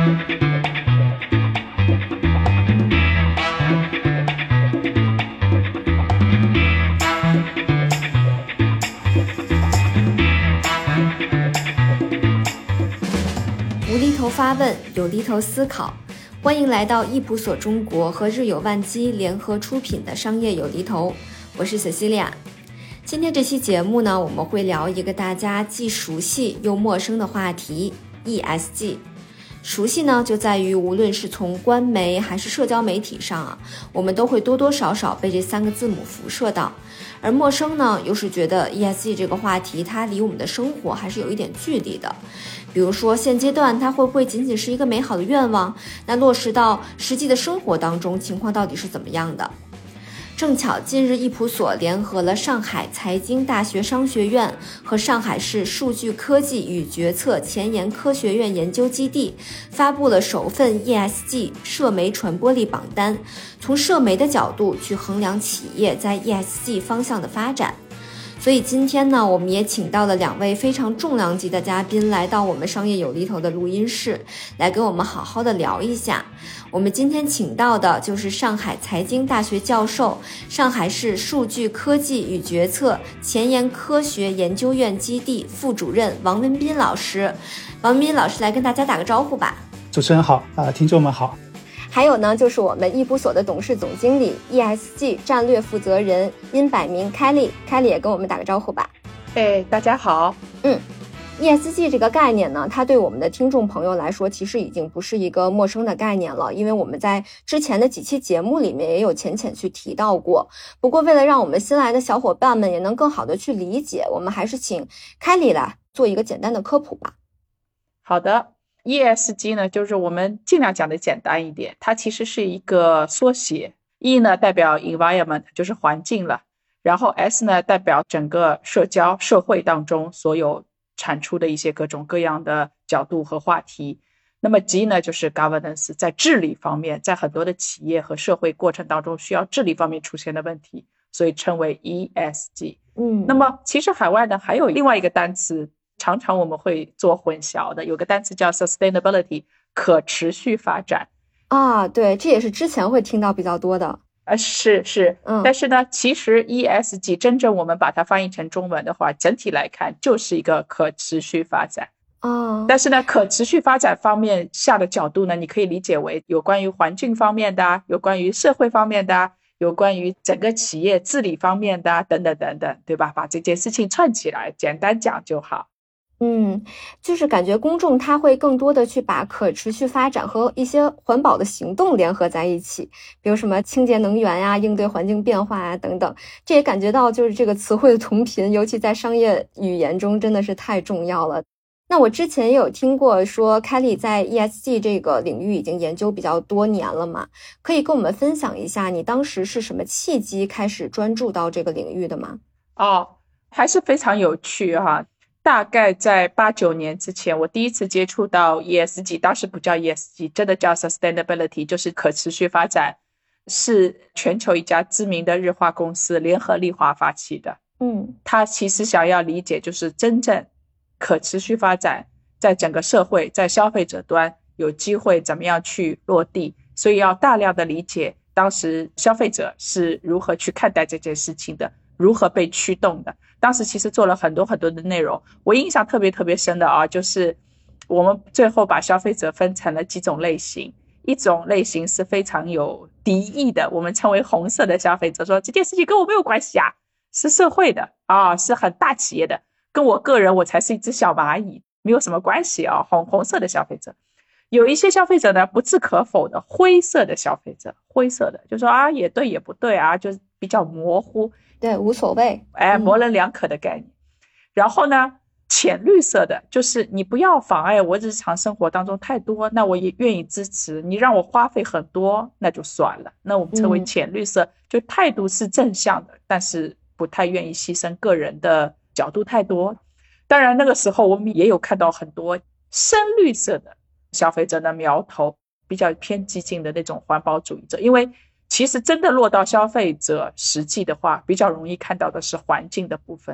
无厘头发问，有厘头思考，欢迎来到易普所中国和日有万机联合出品的商业有厘头，我是 Cecilia。 今天这期节目呢，我们会聊一个大家既熟悉又陌生的话题 ESG。 熟悉呢，就在于无论是从官媒还是社交媒体上啊，我们都会多多少少被这3个字母辐射到。而陌生呢，又是觉得 ESG 这个话题它离我们的生活还是有一点距离的。比如说现阶段它会不会仅仅是一个美好的愿望，那落实到实际的生活当中，情况到底是怎么样的？正巧近日易普所联合了上海财经大学商学院和上海市数据科技与决策前沿科学院研究基地发布了首份 ESG 社媒传播力榜单，从社媒的角度去衡量企业在 ESG 方向的发展。所以今天呢，我们也请到了2位非常重量级的嘉宾来到我们商业有厘头的录音室，来跟我们好好的聊一下。我们今天请到的就是上海财经大学教授、上海市数据科技与决策前沿科学研究院基地副主任王文斌老师。王文斌老师来跟大家打个招呼吧。 主持人好，听众们好。 还有呢，就是我们易普所的董事总经理 ESG 战略负责人殷百明 Kelly 也跟我们打个招呼吧。 大家好。 ESG 这个概念呢，它对我们的听众朋友来说其实已经不是一个陌生的概念了，因为我们在之前的几期节目里面也有浅去提到过。不过为了让我们新来的小伙伴们也能更好的去理解，我们还是请 Kelly 来做一个简单的科普吧。 好的。ESG 呢，就是我们尽量讲的简单一点，它其实是一个缩写。E 呢代表 environment， 就是环境了，然后 S 呢代表整个社会当中所有产出的一些各种各样的角度和话题。那么 G 呢就是 governance， 在治理方面，在很多的企业和社会过程当中需要治理方面出现的问题，所以称为 ESG。那么其实海外呢还有另外一个单词，常常我们会做混淆的，有个单词叫 sustainability， 可持续发展啊。对，这也是之前会听到比较多的。 是，但是呢，其实 ESG 真正我们把它翻译成中文的话，整体来看就是一个可持续发展。但是呢，可持续发展方面下的角度呢，你可以理解为有关于环境方面的，有关于社会方面的，有关于整个企业治理方面的，等等等等，对吧？把这件事情串起来，简单讲就好。 就是感觉公众他会更多的去把可持续发展和一些环保的行动联合在一起，比如什么清洁能源呀、应对环境变化呀等等。这也感觉到就是这个词汇的同频，尤其在商业语言中真的是太重要了。那我之前也有听过说 Kelly 在 ESG 这个领域已经研究比较多年了嘛，可以跟我们分享一下你当时是什么契机开始专注到这个领域的吗？ 还是非常有趣哈。大概在8、9年之前，我第一次接触到 ESG， 当时不叫 ESG， 真的叫 sustainability， 就是可持续发展，是全球一家知名的日化公司联合利华发起的。他其实想要理解就是真正可持续发展在整个社会，在消费者端有机会怎么样去落地，所以要大量的理解当时消费者是如何去看待这件事情的，如何被驱动的。当时其实做了很多的内容，我印象特别深的就是我们最后把消费者分成了几种类型。一种类型是非常有敌意的，我们称为红色的消费者，说这件事情跟我没有关系啊，是社会的是很大企业的，跟我个人我才是一只小蚂蚁，没有什么关系红色的消费者。有一些消费者呢不置可否的灰色的消费者，灰色的就说也对也不对就是比较模糊， 对，无所谓， 模棱两可的概念。然后呢，浅绿色的就是你不要妨碍我日常生活当中太多，那我也愿意支持，你让我花费很多那就算了，那我们称为浅绿色，就态度是正向的，但是不太愿意牺牲个人的角度太多。当然那个时候我们也有看到很多深绿色的消费者的苗头，比较偏激进的那种环保主义者，因为其实真的落到消费者实际的话，比较容易看到的是环境的部分，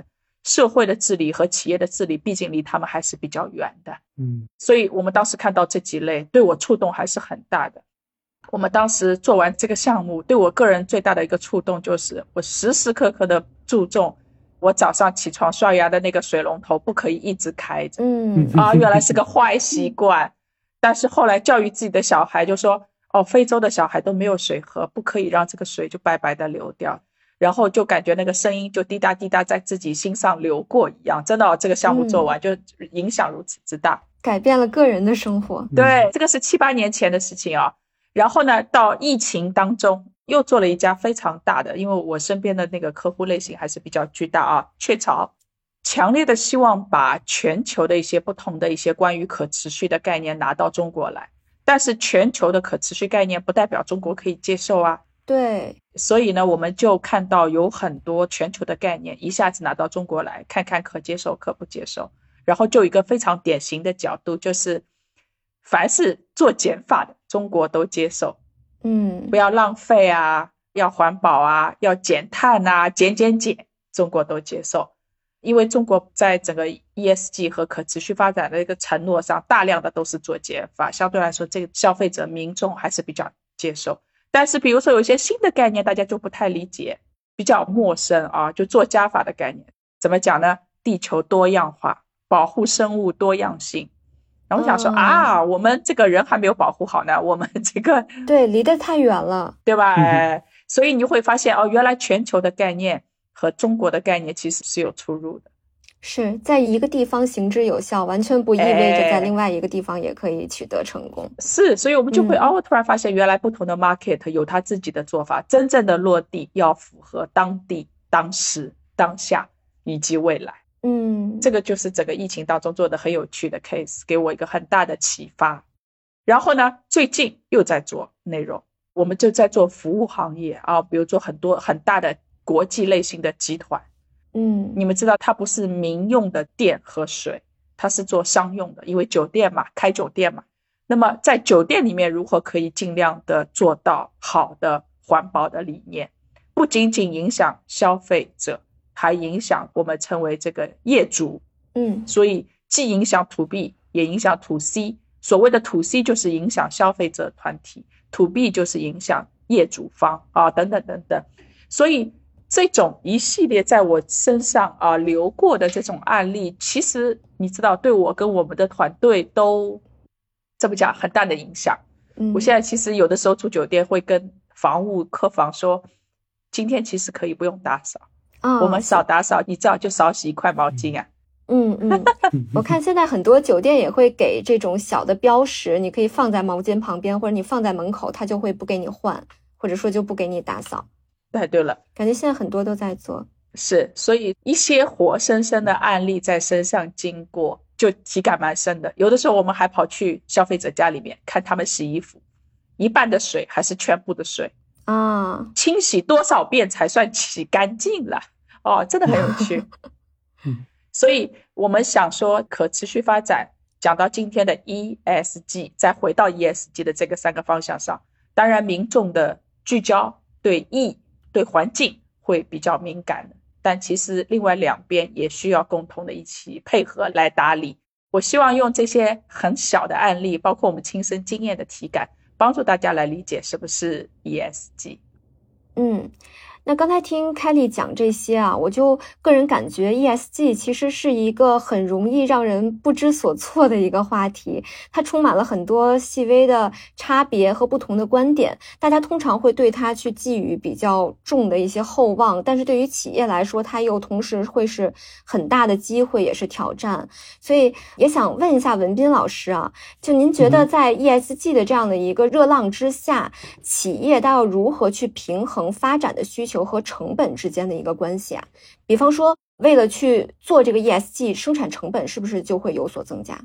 社会的治理和企业的治理毕竟离他们还是比较远的。所以我们当时看到这几类对我触动还是很大的。我们当时做完这个项目，对我个人最大的一个触动就是我时时刻刻的注重我早上起床刷牙的那个水龙头不可以一直开着。原来是个坏习惯。但是后来教育自己的小孩就说，非洲的小孩都没有水喝，不可以让这个水就白白的流掉。然后就感觉那个声音就滴答滴答在自己心上流过一样。真的，这个项目做完就影响如此之大， 改变了个人的生活。 对，这个是7、8年前的事情啊。然后呢，到疫情当中又做了一家非常大的，因为我身边的那个客户类型还是比较巨大啊。雀巢强烈的希望把全球的一些不同的一些关于可持续的概念拿到中国来，但是全球的可持续概念不代表中国可以接受啊。 对， 所以呢，我们就看到有很多全球的概念一下子拿到中国来，看看可接受可不接受。然后就有一个非常典型的角度，就是凡是做减法的中国都接受。不要浪费啊，要环保啊，要减碳啊，减，中国都接受。因为中国在整个 ESG 和可持续发展的一个承诺上，大量的都是做减法，相对来说这个消费者民众还是比较接受。但是比如说有一些新的概念大家就不太理解，比较陌生啊，就做加法的概念。怎么讲呢？地球多样化，保护生物多样性。然后我想说我们这个人还没有保护好呢，我们这个对离得太远了， 对吧？所以你会发现原来全球的概念和中国的概念其实是有出入的。 是在一个地方行之有效，完全不意味着在另外一个地方也可以取得成功。 是，所以我们就会突然发现原来不同的 market 有它自己的做法，真正的落地要符合当地、当时、当下以及未来。这个就是整个疫情当中做的很有趣的 case， 给我一个很大的启发。然后呢，最近又在做内容，我们就在做服务行业啊，比如做很多很大的国际类型的集团。你们知道它不是民用的电和水，它是做商用的，因为酒店嘛，开酒店嘛。那么在酒店里面如何可以尽量的做到好的环保的理念，不仅仅影响消费者，还影响我们称为这个业主。所以既影响 to B 也影响 to C。 所谓的 to C 就是影响消费者团体， to B 就是影响业主方等等等等。所以这种一系列在我身上流过的这种案例，其实你知道对我跟我们的团队都这么讲很大的影响。我现在其实有的时候住酒店会跟房务客房说，今天其实可以不用打扫，我们少打扫，你知道就少洗一块毛巾啊。 我看现在很多酒店也会给这种小的标识，你可以放在毛巾旁边，或者你放在门口，它就会不给你换，或者说就不给你打扫。 对了， 感觉现在很多都在做。 是，所以一些活生生的案例在身上经过，就体感蛮深的。有的时候我们还跑去消费者家里面看他们洗衣服，一半的水还是全部的水清洗多少遍才算洗干净了真的很有趣。所以我们想说可持续发展讲到今天的 ESG， 再回到 ESG 的这个3个方向上，当然民众的聚焦对 E 对环境会比较敏感的，但其实另外2边也需要共同的一起配合来打理。我希望用这些很小的案例，包括我们亲身经验的体感，帮助大家来理解是不是 ESG。 那刚才听 Kelly 讲这些我就个人感觉 ESG 其实是一个很容易让人不知所措的一个话题，它充满了很多细微的差别和不同的观点，大家通常会对它去寄予比较重的一些厚望，但是对于企业来说，它又同时会是很大的机会，也是挑战。所以也想问一下文彬老师就您觉得在 ESG 的这样的一个热浪之下，企业它要如何去平衡发展的需求和成本之间的一个关系比方说为了去做这个 ESG， 生产成本是不是就会有所增加？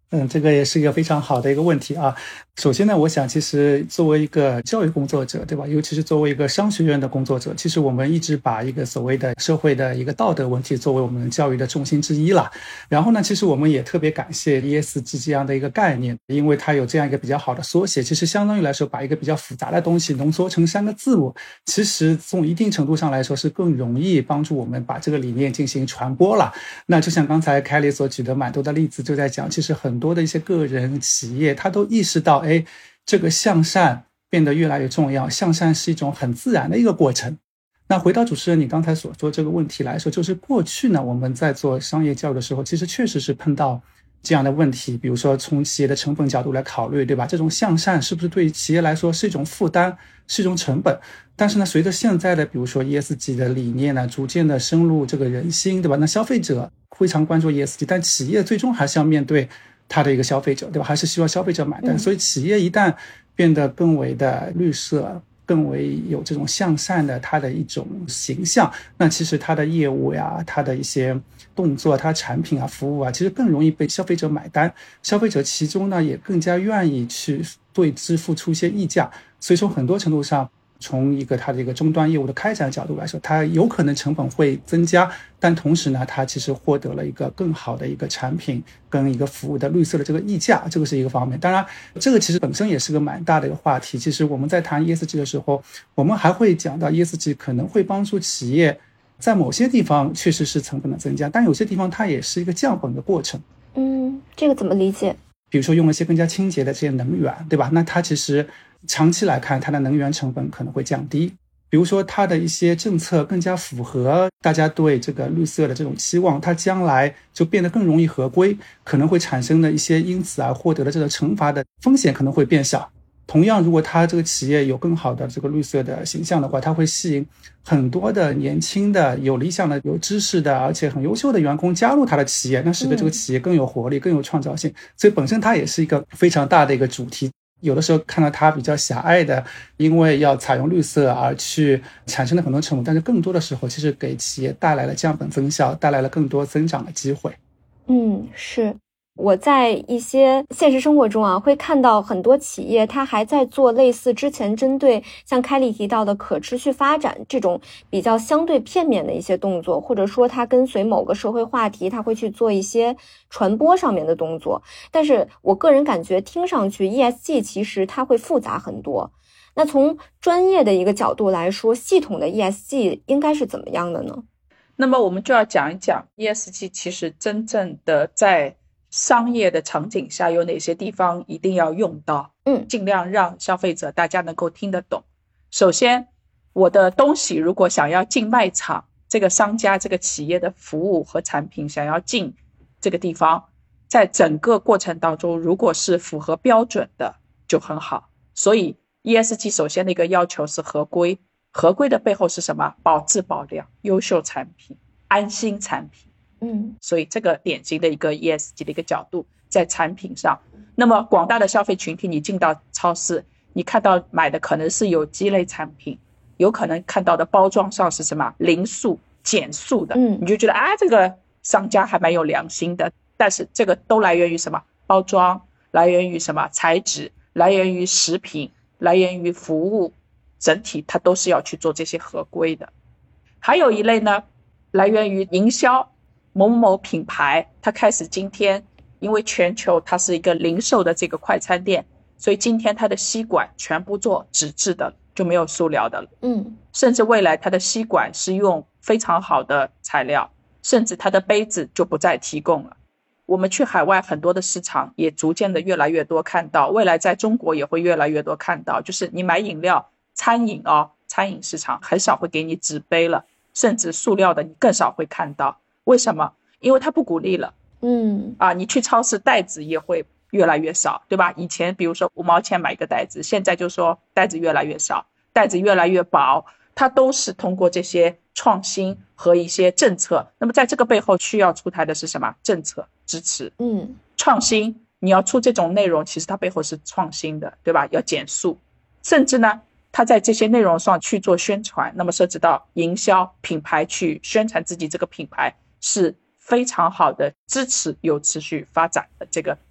这个也是一个非常好的一个问题啊。首先呢，我想其实作为一个教育工作者，对吧？尤其是作为一个商学院的工作者，其实我们一直把一个所谓的社会的一个道德问题作为我们教育的重心之一了。然后呢，其实我们也特别感谢 ESG 这样的一个概念，因为它有这样一个比较好的缩写，其实相当于来说把一个比较复杂的东西浓缩成3个字母，其实从一定程度上来说是更容易帮助我们把这个理念进行传播了。那就像刚才凯里所举的蛮多的例子就在讲，其实很多的一些个人企业他都意识到，这个向善变得越来越重要，向善是一种很自然的一个过程。那回到主持人你刚才所说这个问题来说，就是过去呢我们在做商业教育的时候，其实确实是碰到这样的问题，比如说从企业的成本角度来考虑，对吧？这种向善是不是对企业来说是一种负担，是一种成本？但是呢，随着现在的比如说 ESG 的理念呢逐渐的深入这个人心，对吧？那消费者非常关注 ESG， 但企业最终还是要面对他的一个消费者，对吧？还是希望消费者买单。所以企业一旦变得更为的绿色，更为有这种向善的它的一种形象，那其实它的业务呀，它的一些动作，它产品啊服务啊，其实更容易被消费者买单，消费者其中呢也更加愿意去对之付出一些溢价。所以从很多程度上，从一个它的一个终端业务的开展角度来说，它有可能成本会增加，但同时呢它其实获得了一个更好的一个产品跟一个服务的绿色的这个溢价，这个是一个方面。当然这个其实本身也是个蛮大的一个话题，其实我们在谈 ESG 的时候，我们还会讲到 ESG 可能会帮助企业在某些地方确实是成本的增加，但有些地方它也是一个降本的过程。 这个怎么理解？ 比如说用了一些更加清洁的这些能源，对吧？那它其实长期来看它的能源成本可能会降低，比如说它的一些政策更加符合大家对这个绿色的这种期望，它将来就变得更容易合规，可能会产生的一些因此而获得的这个惩罚的风险可能会变小。同样如果它这个企业有更好的这个绿色的形象的话，它会吸引很多的年轻的有理想的有知识的而且很优秀的员工加入它的企业，那使得这个企业更有活力更有创造性。所以本身它也是一个非常大的一个主题，有的时候看到它比较狭隘的因为要采用绿色而去产生了很多成本，但是更多的时候其实给企业带来了降本增效，带来了更多增长的机会。 是我在一些现实生活中会看到很多企业它还在做类似之前针对像凯莉提到的可持续发展这种比较相对片面的一些动作，或者说它跟随某个社会话题它会去做一些传播上面的动作。但是我个人感觉听上去 ESG 其实它会复杂很多。那从专业的一个角度来说，系统的 ESG 应该是怎么样的呢？ 那么我们就要讲一讲 ESG 其实真正的在商业的场景下有哪些地方一定要用到，尽量让消费者大家能够听得懂。首先，我的东西如果想要进卖场，这个商家这个企业的服务和产品想要进这个地方，在整个过程当中如果是符合标准的就很好。所以 ESG 首先的一个要求是合规，合规的背后是什么？保质保量，优秀产品，安心产品。所以这个典型的一个 ESG 的一个角度在产品上。那么广大的消费群体，你进到超市，你看到买的可能是有机类产品，有可能看到的包装上是什么零塑减塑的，你就觉得这个商家还蛮有良心的。但是这个都来源于什么？包装，来源于什么？材质，来源于食品，来源于服务，整体它都是要去做这些合规的。还有一类呢，来源于营销，某某品牌它开始今天因为全球它是一个零售的这个快餐店，所以今天它的吸管全部做纸质的，就没有塑料的了。甚至未来它的吸管是用非常好的材料，甚至它的杯子就不再提供了。我们去海外很多的市场也逐渐的越来越多看到，未来在中国也会越来越多看到，就是你买饮料餐饮市场很少会给你纸杯了，甚至塑料的你更少会看到。为什么？因为它不鼓励了。你去超市袋子也会越来越少，对吧？以前比如说5毛钱买一个袋子，现在就说袋子越来越少，袋子越来越薄，它都是通过这些创新和一些政策。那么在这个背后需要出台的是什么？政策支持。创新，你要出这种内容，其实它背后是创新的，对吧？要减速，甚至呢他在这些内容上去做宣传，那么涉及到营销品牌去宣传自己这个品牌是非常好的支持有持续发展的这个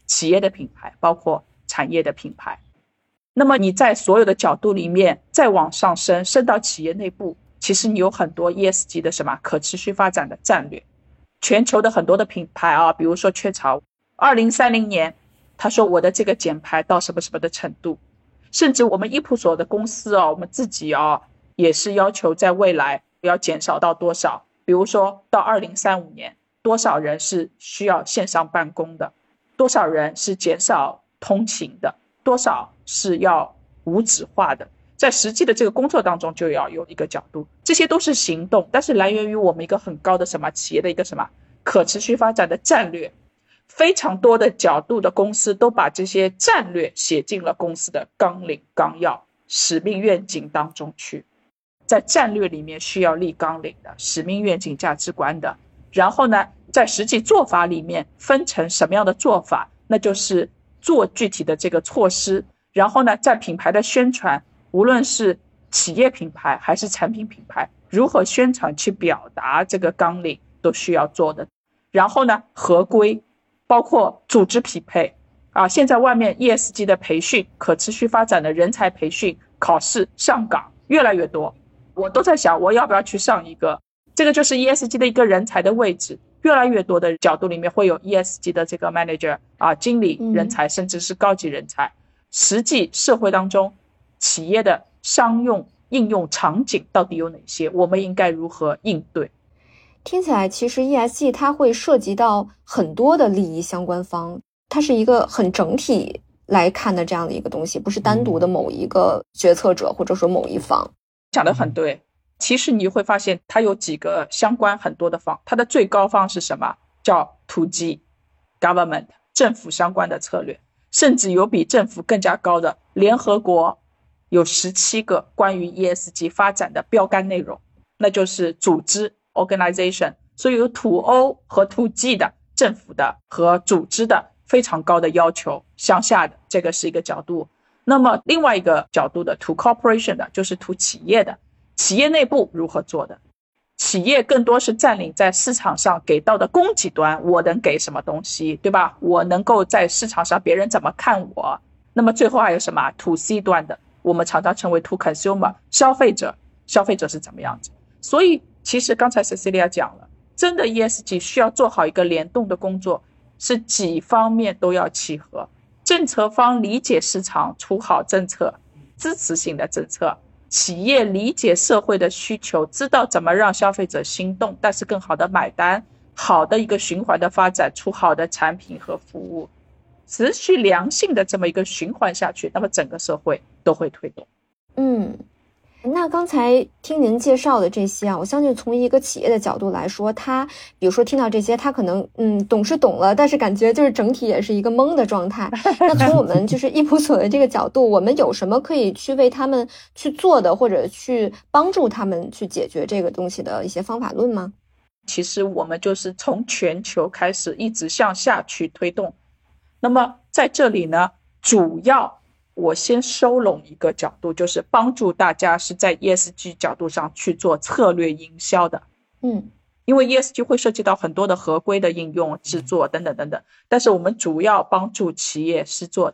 企业的品牌，包括产业的品牌。那么你在所有的角度里面再往上升到企业内部，其实你有很多 ESG 的什么可持续发展的战略。全球的很多的品牌啊，比如说雀巢2030年他说我的这个减排到什么什么的程度，甚至我们易普所的公司啊，我们自己啊也是要求在未来要减少到多少，比如说到2035年多少人是需要线上办公的，多少人是减少通勤的，多少是要无纸化的，在实际的这个工作当中就要有一个角度，这些都是行动，但是来源于我们一个很高的什么企业的一个什么可持续发展的战略。非常多的角度的公司都把这些战略写进了公司的纲领、纲要、使命、愿景当中去。在战略里面需要立纲领的，使命、愿景、价值观的。然后呢，在实际做法里面分成什么样的做法，那就是做具体的这个措施。然后呢，在品牌的宣传，无论是企业品牌还是产品品牌，如何宣传去表达这个纲领都需要做的。然后呢，合规，包括组织匹配啊，现在外面 ESG 的培训、可持续发展的人才培训、考试、上岗越来越多，我都在想我要不要去上一个。这个就是 ESG 的一个人才的位置，越来越多的角度里面会有 ESG 的这个 manager 啊，经理人才，甚至是高级人才。实际社会当中企业的商用应用场景到底有哪些，我们应该如何应对。 听起来其实 ESG 它会涉及到很多的利益相关方，它是一个很整体来看的这样的一个东西，不是单独的某一个决策者或者说某一方。 讲得很对，其实你会发现它有几个相关很多的方，它的最高方是什么？叫 2G government 政府相关的策略，甚至有比政府更加高的，联合国有17个关于 ESG 发展的标杆内容，那就是组织 organization， 所以有 2O 和 2G 的政府的和组织的非常高的要求向下的，这个是一个角度。那么另外一个角度的 to corporation 的，就是 to 企业的，企业内部如何做的，企业更多是占领在市场上给到的供给端，我能给什么东西，对吧？我能够在市场上别人怎么看我。那么最后还有什么 to C 端的，我们常常称为 to consumer 消费者是怎么样子。所以其实刚才 Cecilia 讲了，真的 ESG 需要做好一个联动的工作，是几方面都要契合。政策方理解市场，出好政策，支持性的政策，企业理解社会的需求，知道怎么让消费者心动，但是更好的买单，好的一个循环的发展，出好的产品和服务，持续良性的这么一个循环下去，那么整个社会都会推动。 那刚才听您介绍的这些啊，我相信从一个企业的角度来说，他比如说听到这些，他可能懂是懂了，但是感觉就是整体也是一个懵的状态。那从我们就是易普所的这个角度，我们有什么可以去为他们去做的，或者去帮助他们去解决这个东西的一些方法论吗？ 其实我们就是从全球开始一直向下去推动。那么在这里呢，主要我先收拢一个角度，就是帮助大家是在 ESG 角度上去做策略营销的。因为 ESG 会涉及到很多的合规的应用、制作等等等等，但是我们主要帮助企业是做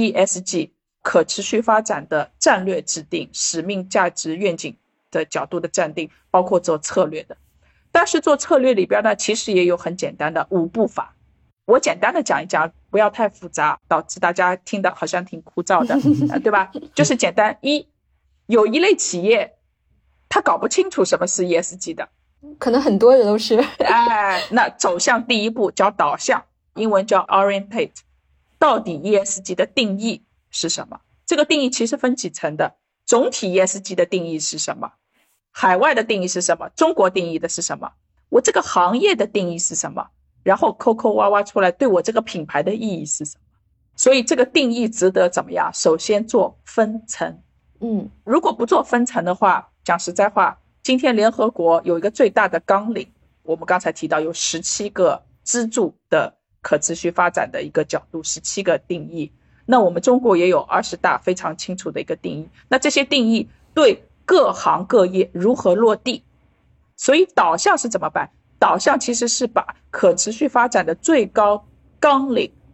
ESG 可持续发展的战略制定、使命、价值、愿景的角度的暂定，包括做策略的。但是做策略里边呢，其实也有很简单的5步法。我简单的讲一讲，不要太复杂，导致大家听得好像挺枯燥的，对吧？就是简单。有一类企业他搞不清楚什么是 ESG 的， 可能很多人都是那走向第一步叫导向，英文叫 orientate。 到底 ESG 的定义是什么？这个定义其实分几层的，总体 ESG 的定义是什么，海外的定义是什么，中国定义的是什么，我这个行业的定义是什么，然后抠抠挖挖出来对我这个品牌的意义是什么。所以这个定义值得怎么样？首先做分层。如果不做分层的话，讲实在话，今天联合国有一个最大的纲领，我们刚才提到有17个支柱的可持续发展的一个角度，17个定义。那我们中国也有20大非常清楚的一个定义，那这些定义对各行各业如何落地？所以导向是怎么办？导向其实是把可持续发展的最高纲领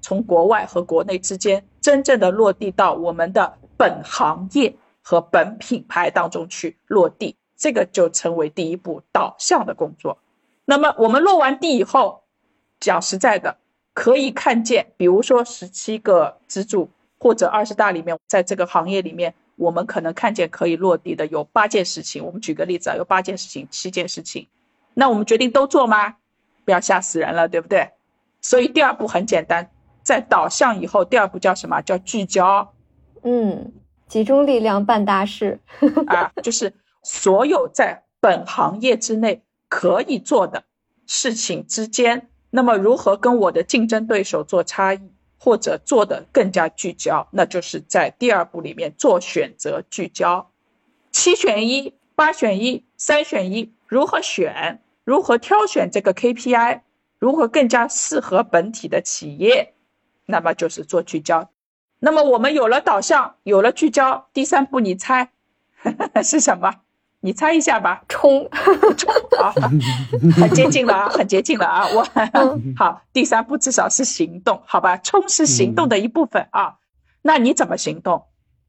从国外和国内之间真正的落地到我们的本行业和本品牌当中去落地，这个就成为第一步导向的工作。那么我们落完地以后，讲实在的，可以看见比如说17个支柱或者20大里面，在这个行业里面我们可能看见可以落地的有8件事情，我们举个例子有8件事情7件事情，那我们决定都做吗？不要吓死人了，对不对？所以第二步很简单，在导向以后，第二步叫什么？叫聚焦。 集中力量办大事就是所有在本行业之内可以做的事情之间，那么如何跟我的竞争对手做差异，或者做得更加聚焦，那就是在第二步里面做选择聚焦。7选1、8选1、3选1，如何选？如何挑选这个 KPI？ 如何更加适合本体的企业？那么就是做聚焦。那么我们有了导向，有了聚焦，第3步你猜是什么？你猜一下吧。 冲很接近了啊，很接近了啊。好，第3步至少是行动，好吧？冲是行动的一部分啊。那你怎么行动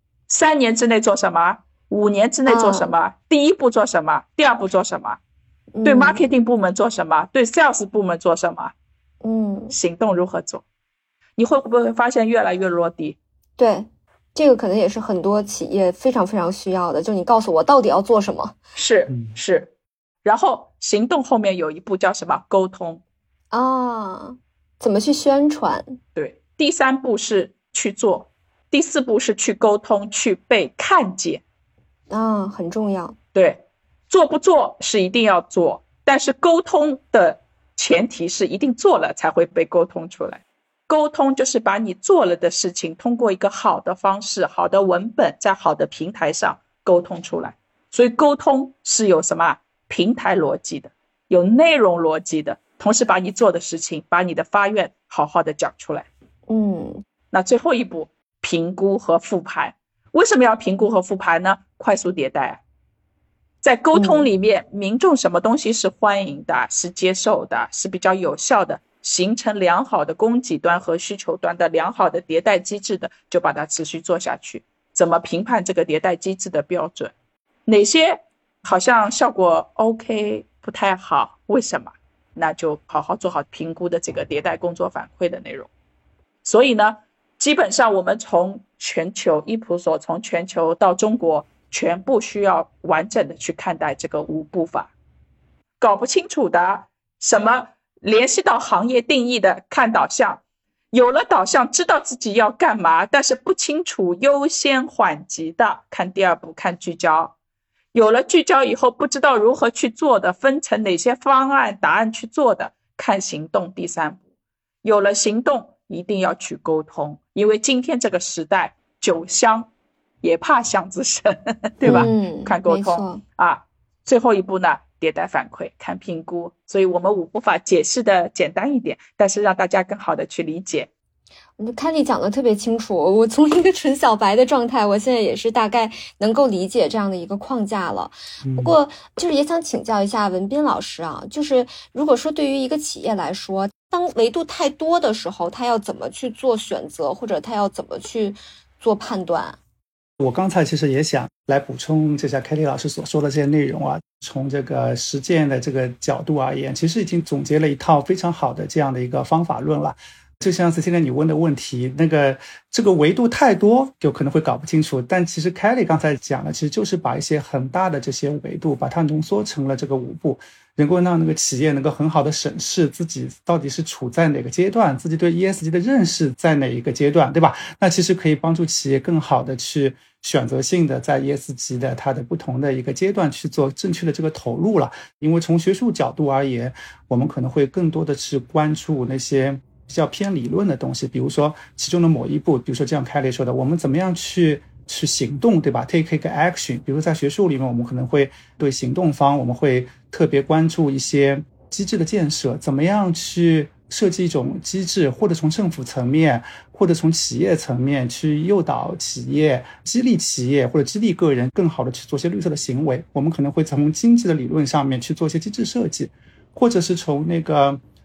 ？3年之内做什么？5年之内做什么？第1步做什么？第2步做什么？对 marketing 部门做什么？对 sales 部门做什么？行动如何做？你会不会发现越来越落地？ 对，这个可能也是很多企业非常非常需要的，就你告诉我到底要做什么。 是。然后行动后面有一步叫什么？沟通怎么去宣传？ 对，第3步是去做，第4步是去沟通，去被看见很重要。 对，做不做是一定要做，但是沟通的前提是一定做了才会被沟通出来。沟通就是把你做了的事情通过一个好的方式、好的文本，在好的平台上沟通出来。所以沟通是有什么平台逻辑的，有内容逻辑的，同时把你做的事情，把你的发愿好好的讲出来。那最后一步，评估和复盘。为什么要评估和复盘呢？快速迭代。在沟通里面，民众什么东西是欢迎的，是接受的，是比较有效的，形成良好的供给端和需求端的良好的迭代机制的，就把它持续做下去。怎么评判这个迭代机制的标准？哪些好像效果 OK 不太好，为什么？那就好好做好评估的这个迭代工作反馈的内容。所以呢，基本上我们从全球易普所从全球到中国，全部需要完整的去看待这个5步法。搞不清楚的，什么联系到行业定义的，看导向。有了导向，知道自己要干嘛，但是不清楚优先缓急的，看第2步，看聚焦。有了聚焦以后，不知道如何去做的，分成哪些方案答案去做的，看行动，第3步。有了行动，一定要去沟通，因为今天这个时代，酒香也怕巷子深，对吧？看沟通最后一步呢，迭代反馈，看评估。所以我们5步法解释的简单一点，但是让大家更好的去理解。 Kelly 讲的特别清楚，我从一个纯小白的状态，我现在也是大概能够理解这样的一个框架了。不过就是也想请教一下文彬老师啊，就是如果说对于一个企业来说，当维度太多的时候，他要怎么去做选择，或者他要怎么去做判断？ 我刚才其实也想来补充这下 Kelly 老师所说的这些内容啊，从这个实践的这个角度而言，其实已经总结了一套非常好的这样的一个方法论了。就像是现在你问的问题，这个维度太多就可能会搞不清楚，但其实 Kelly 刚才讲的其实就是把一些很大的这些维度把它浓缩成了这个5步，能够让那个企业能够很好的审视自己到底是处在哪个阶段，自己对 ESG 的认识在哪一个阶段，对吧？那其实可以帮助企业更好的去选择性的在 ESG 的它的不同的一个阶段去做正确的这个投入了。因为从学术角度而言，我们可能会更多的去关注那些比较偏理论的东西，比如说其中的某一步，比如说这样 Kelly 说的，我们怎么样去行动，对吧？ take action。 比如在学术里面，我们可能会对行动方，我们会特别关注一些机制的建设，怎么样去设计一种机制，或者从政府层面，或者从企业层面去诱导企业，激励企业或者激励个人更好的去做些绿色的行为。我们可能会从经济的理论上面去做一些机制设计，或者是从那个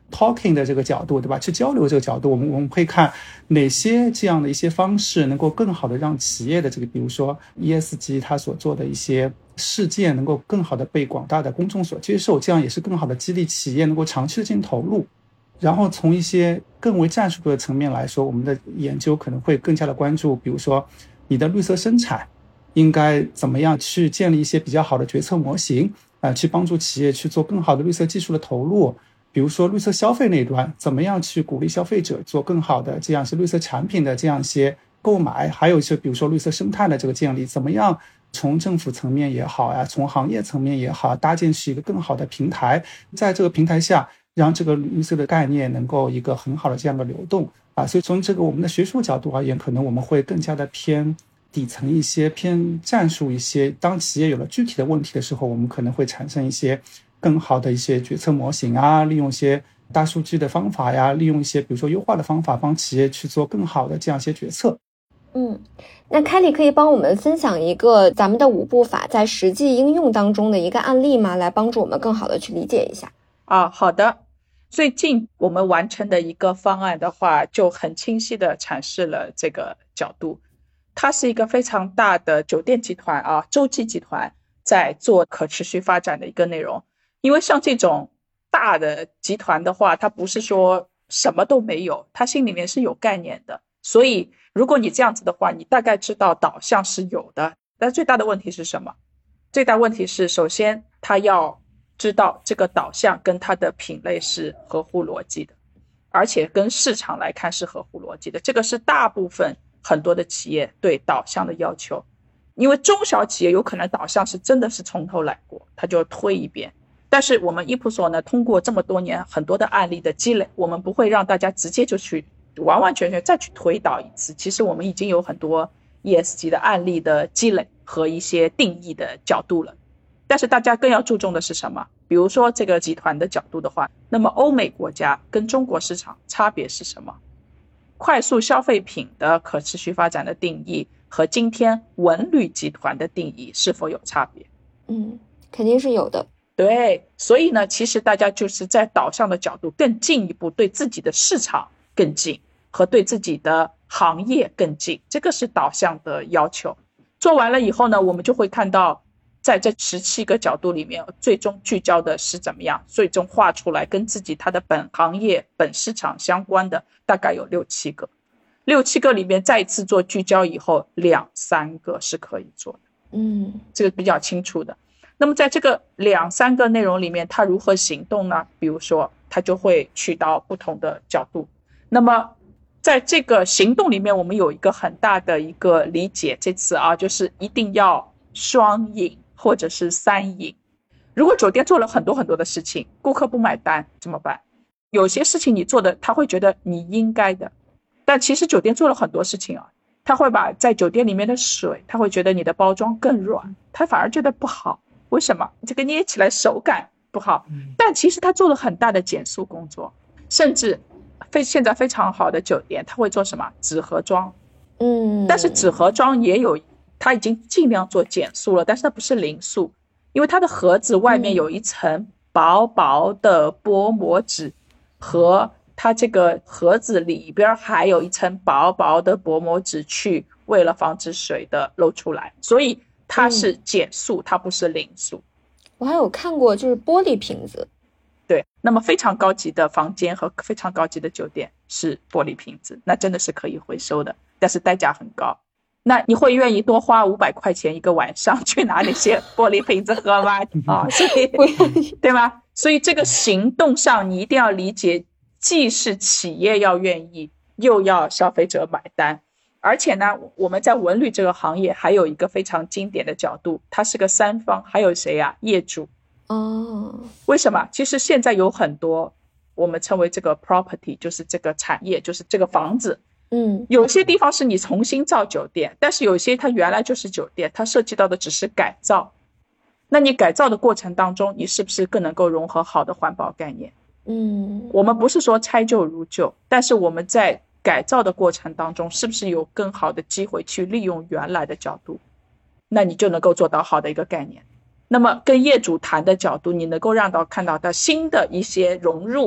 talking 的这个角度，对吧？去交流这个角度，我们会看哪些这样的一些方式能够更好的让企业的这个，比如说 ESG 它所做的一些事件能够更好的被广大的公众所接受，这样也是更好的激励企业能够长期的进行投入。然后从一些更为战术的层面来说，我们的研究可能会更加的关注，比如说你的绿色生产应该怎么样去建立一些比较好的决策模型，去帮助企业去做更好的绿色技术的投入。比如说绿色消费那一端，怎么样去鼓励消费者做更好的这样是绿色产品的这样一些购买，还有一些比如说绿色生态的这个建立，怎么样从政府层面也好呀，从行业层面也好，搭建起一个更好的平台，在这个平台下让这个绿色的概念能够一个很好的这样的流动啊。所以从这个我们的学术角度而言，可能我们会更加的偏底层一些，偏战术一些。当企业有了具体的问题的时候，我们可能会产生一些更好的一些决策模型啊，利用一些大数据的方法呀，利用一些比如说优化的方法，帮企业去做更好的这样一些决策。 那凯里可以帮我们分享一个咱们的5步法在实际应用当中的一个案例吗？来帮助我们更好的去理解一下。 好的。最近我们完成的一个方案的话，就很清晰地阐释了这个角度。它是一个非常大的酒店集团洲际集团在做可持续发展的一个内容。因为像这种大的集团的话，它不是说什么都没有，它心里面是有概念的。所以如果你这样子的话，你大概知道导向是有的。但最大的问题是什么？最大问题是，首先它要知道这个导向跟它的品类是合乎逻辑的，而且跟市场来看是合乎逻辑的。这个是大部分很多的企业对导向的要求。因为中小企业有可能导向是真的是从头来过，它就推一遍。但是我们易普所呢，通过这么多年很多的案例的积累，我们不会让大家直接就去完完全全再去推导一次。其实我们已经有很多 ESG 的案例的积累和一些定义的角度了。但是大家更要注重的是什么？比如说这个集团的角度的话，那么欧美国家跟中国市场差别是什么？快速消费品的可持续发展的定义和今天文旅集团的定义是否有差别？ 肯定是有的。 对，所以呢，其实大家就是在导向的角度更进一步，对自己的市场更近，和对自己的行业更近，这个是导向的要求。做完了以后呢，我们就会看到在这17个角度里面，最终聚焦的是怎么样，最终画出来跟自己它的本行业本市场相关的大概有6、7个，6、7个里面再次做聚焦以后，2、3个是可以做的。这个比较清楚的。那么在这个2、3个内容里面，它如何行动呢？比如说它就会去到不同的角度。那么在这个行动里面，我们有一个很大的一个理解，这次就是一定要双赢或者是3赢。如果酒店做了很多很多的事情，顾客不买单怎么办？有些事情你做的他会觉得你应该的，但其实酒店做了很多事情他会把在酒店里面的水，他会觉得你的包装更软，他反而觉得不好。为什么？这个捏起来手感不好，但其实他做了很大的减塑工作。甚至现在非常好的酒店他会做什么？纸盒装。但是纸盒装也有，他已经尽量做减塑了，但是它不是零塑，因为它的盒子外面有一层薄薄的薄膜纸，和它这个盒子里边还有一层薄薄的薄膜纸，去为了防止水的漏出来，所以它是减塑，它不是零塑。 我还有看过就是玻璃瓶子。 对，那么非常高级的房间和非常高级的酒店是玻璃瓶子，那真的是可以回收的，但是代价很高。那你会愿意多花500块钱一个晚上去拿那些玻璃瓶子喝吗？所以对吗？所以这个行动上你一定要理解，既是企业要愿意，又要消费者买单。而且呢，我们在文旅这个行业还有一个非常经典的角度，它是个3方，还有谁呀？业主。为什么？其实现在有很多我们称为这个 property， 就是这个产业，就是这个房子。有些地方是你重新造酒店，但是有些它原来就是酒店，它涉及到的只是改造。那你改造的过程当中，你是不是更能够融合好的环保概念？我们不是说拆旧如旧，但是我们在改造的过程当中，是不是有更好的机会去利用原来的角度？那你就能够做到好的一个概念。那么跟业主谈的角度，你能够让到看到的新的一些融入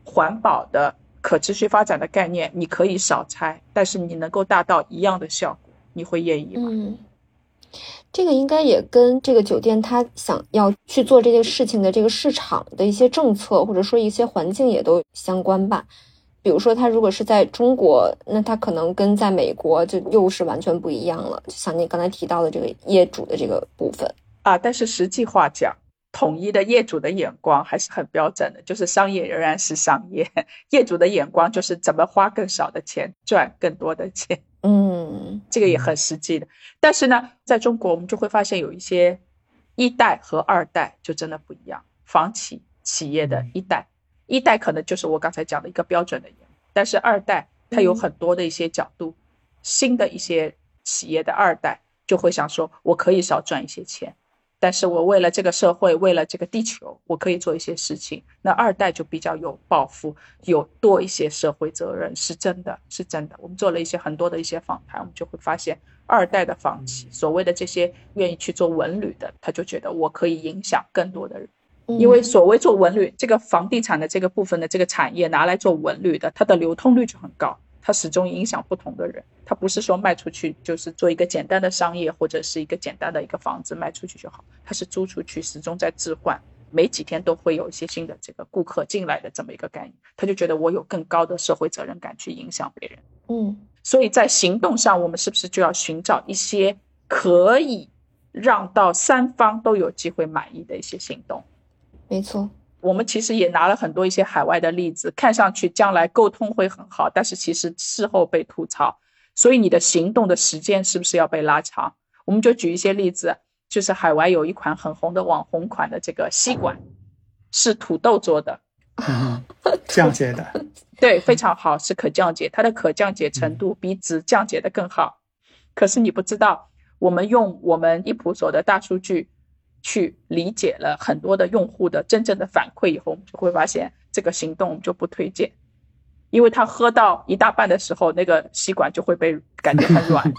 环保的可持续发展的概念，你可以少拆，但是你能够达到一样的效果，你会愿意吗？ 这个应该也跟这个酒店它想要去做这件事情的这个市场的一些政策或者说一些环境也都相关吧。比如说它如果是在中国，那它可能跟在美国就又是完全不一样了，就像你刚才提到的这个业主的这个部分啊。但是实际话讲，统一的业主的眼光还是很标准的，就是商业仍然是商业，业主的眼光就是怎么花更少的钱赚更多的钱。这个也很实际的。但是呢，在中国我们就会发现有一些一代和二代就真的不一样。房企业的一代可能就是我刚才讲的一个标准的，但是二代它有很多的一些角度，新的一些企业的二代就会想说，我可以少赚一些钱，但是我为了这个社会，为了这个地球，我可以做一些事情。那二代就比较有抱负，有多一些社会责任，是真的。我们做了很多的一些访谈，我们就会发现二代的房企，所谓的这些愿意去做文旅的，他就觉得我可以影响更多的人。因为所谓做文旅，这个房地产的这个部分的这个产业拿来做文旅的，它的流通率就很高，它始终影响不同的人。它不是说卖出去就是做一个简单的商业或者是一个简单的一个房子卖出去就好，它是租出去始终在置换，每几天都会有一些新的这个顾客进来的这么一个概念，他就觉得我有更高的社会责任感去影响别人。所以在行动上我们是不是就要寻找一些可以让到三方都有机会满意的一些行动？ 没错， 我们其实也拿了很多一些海外的例子，看上去将来沟通会很好，但是其实事后被吐槽，所以你的行动的时间是不是要被拉长？我们就举一些例子，就是海外有一款很红的网红款的这个吸管，是土豆做的， 降解的， 对，非常好，是可降解，它的可降解程度比纸降解的更好。可是你不知道，我们用我们易普所的大数据去理解了很多的用户的真正的反馈以后，我们就会发现这个行动我们就不推荐，因为他喝到一大半的时候，那个吸管就会被感觉很软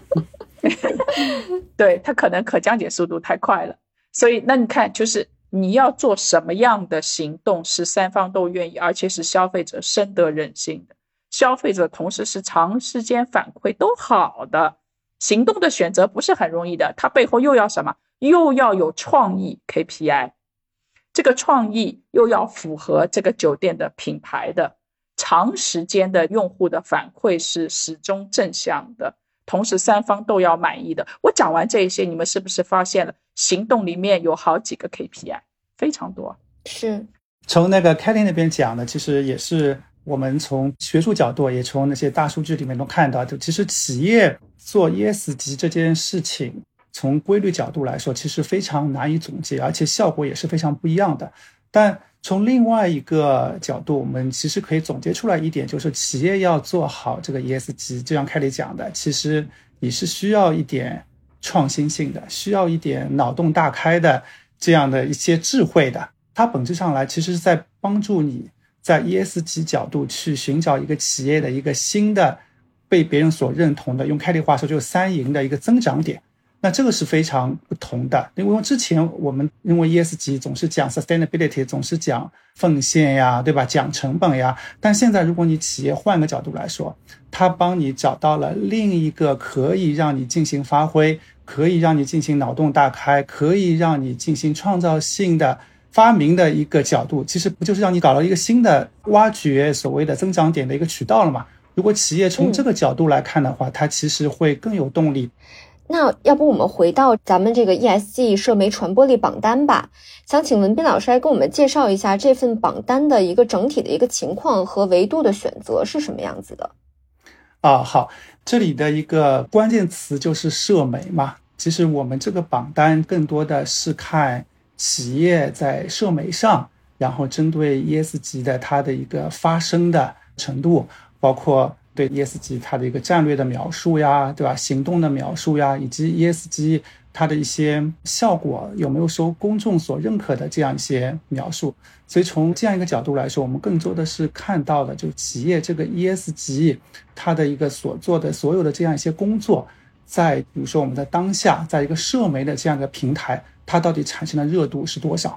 对，它可能可降解速度太快了。所以那你看，就是你要做什么样的行动是三方都愿意，而且是消费者深得人心的，消费者同时是长时间反馈都好的，行动的选择不是很容易的，它背后又要什么？又要有创意 KPI， 这个创意又要符合这个酒店的品牌的，长时间的用户的反馈是始终正向的，同时三方都要满意的。我讲完这些，你们是不是发现了行动里面有好几个 KPI， 非常多？ 是从那个 Kelly 那边讲的，其实也是我们从学术角度也从那些大数据里面都看到，就其实企业做 ESG 这件事情从规律角度来说其实非常难以总结，而且效果也是非常不一样的。但从另外一个角度，我们其实可以总结出来一点，就是企业要做好这个 ESG， 就像Kelly讲的，其实你是需要一点创新性的，需要一点脑洞大开的这样的一些智慧的。它本质上来其实是在帮助你在 ESG 角度去寻找一个企业的一个新的被别人所认同的，用Kelly话说就是三赢的一个增长点。那这个是非常不同的，因为之前我们因为 ESG 总是讲 sustainability， 总是讲奉献呀，对吧？讲成本呀。但现在如果你企业换个角度来说，它帮你找到了另一个可以让你进行发挥，可以让你进行脑洞大开，可以让你进行创造性的发明的一个角度，其实不就是让你搞到一个新的挖掘所谓的增长点的一个渠道了吗？如果企业从这个角度来看的话，它其实会更有动力。 那要不我们回到咱们这个 ESG 社媒传播力榜单吧，想请文斌老师来跟我们介绍一下这份榜单的一个整体的一个情况和维度的选择是什么样子的。 好，这里的一个关键词就是社媒嘛。其实我们这个榜单更多的是看企业在社媒上，然后针对 ESG 的它的一个发生的程度，包括对 ESG 它的一个战略的描述呀，对吧？行动的描述呀，以及 ESG 它的一些效果有没有受公众所认可的这样一些描述。所以从这样一个角度来说，我们更多的是看到的就企业这个 ESG 它的一个所做的所有的这样一些工作，在比如说我们的当下，在一个社媒的这样一个平台，它到底产生的热度是多少？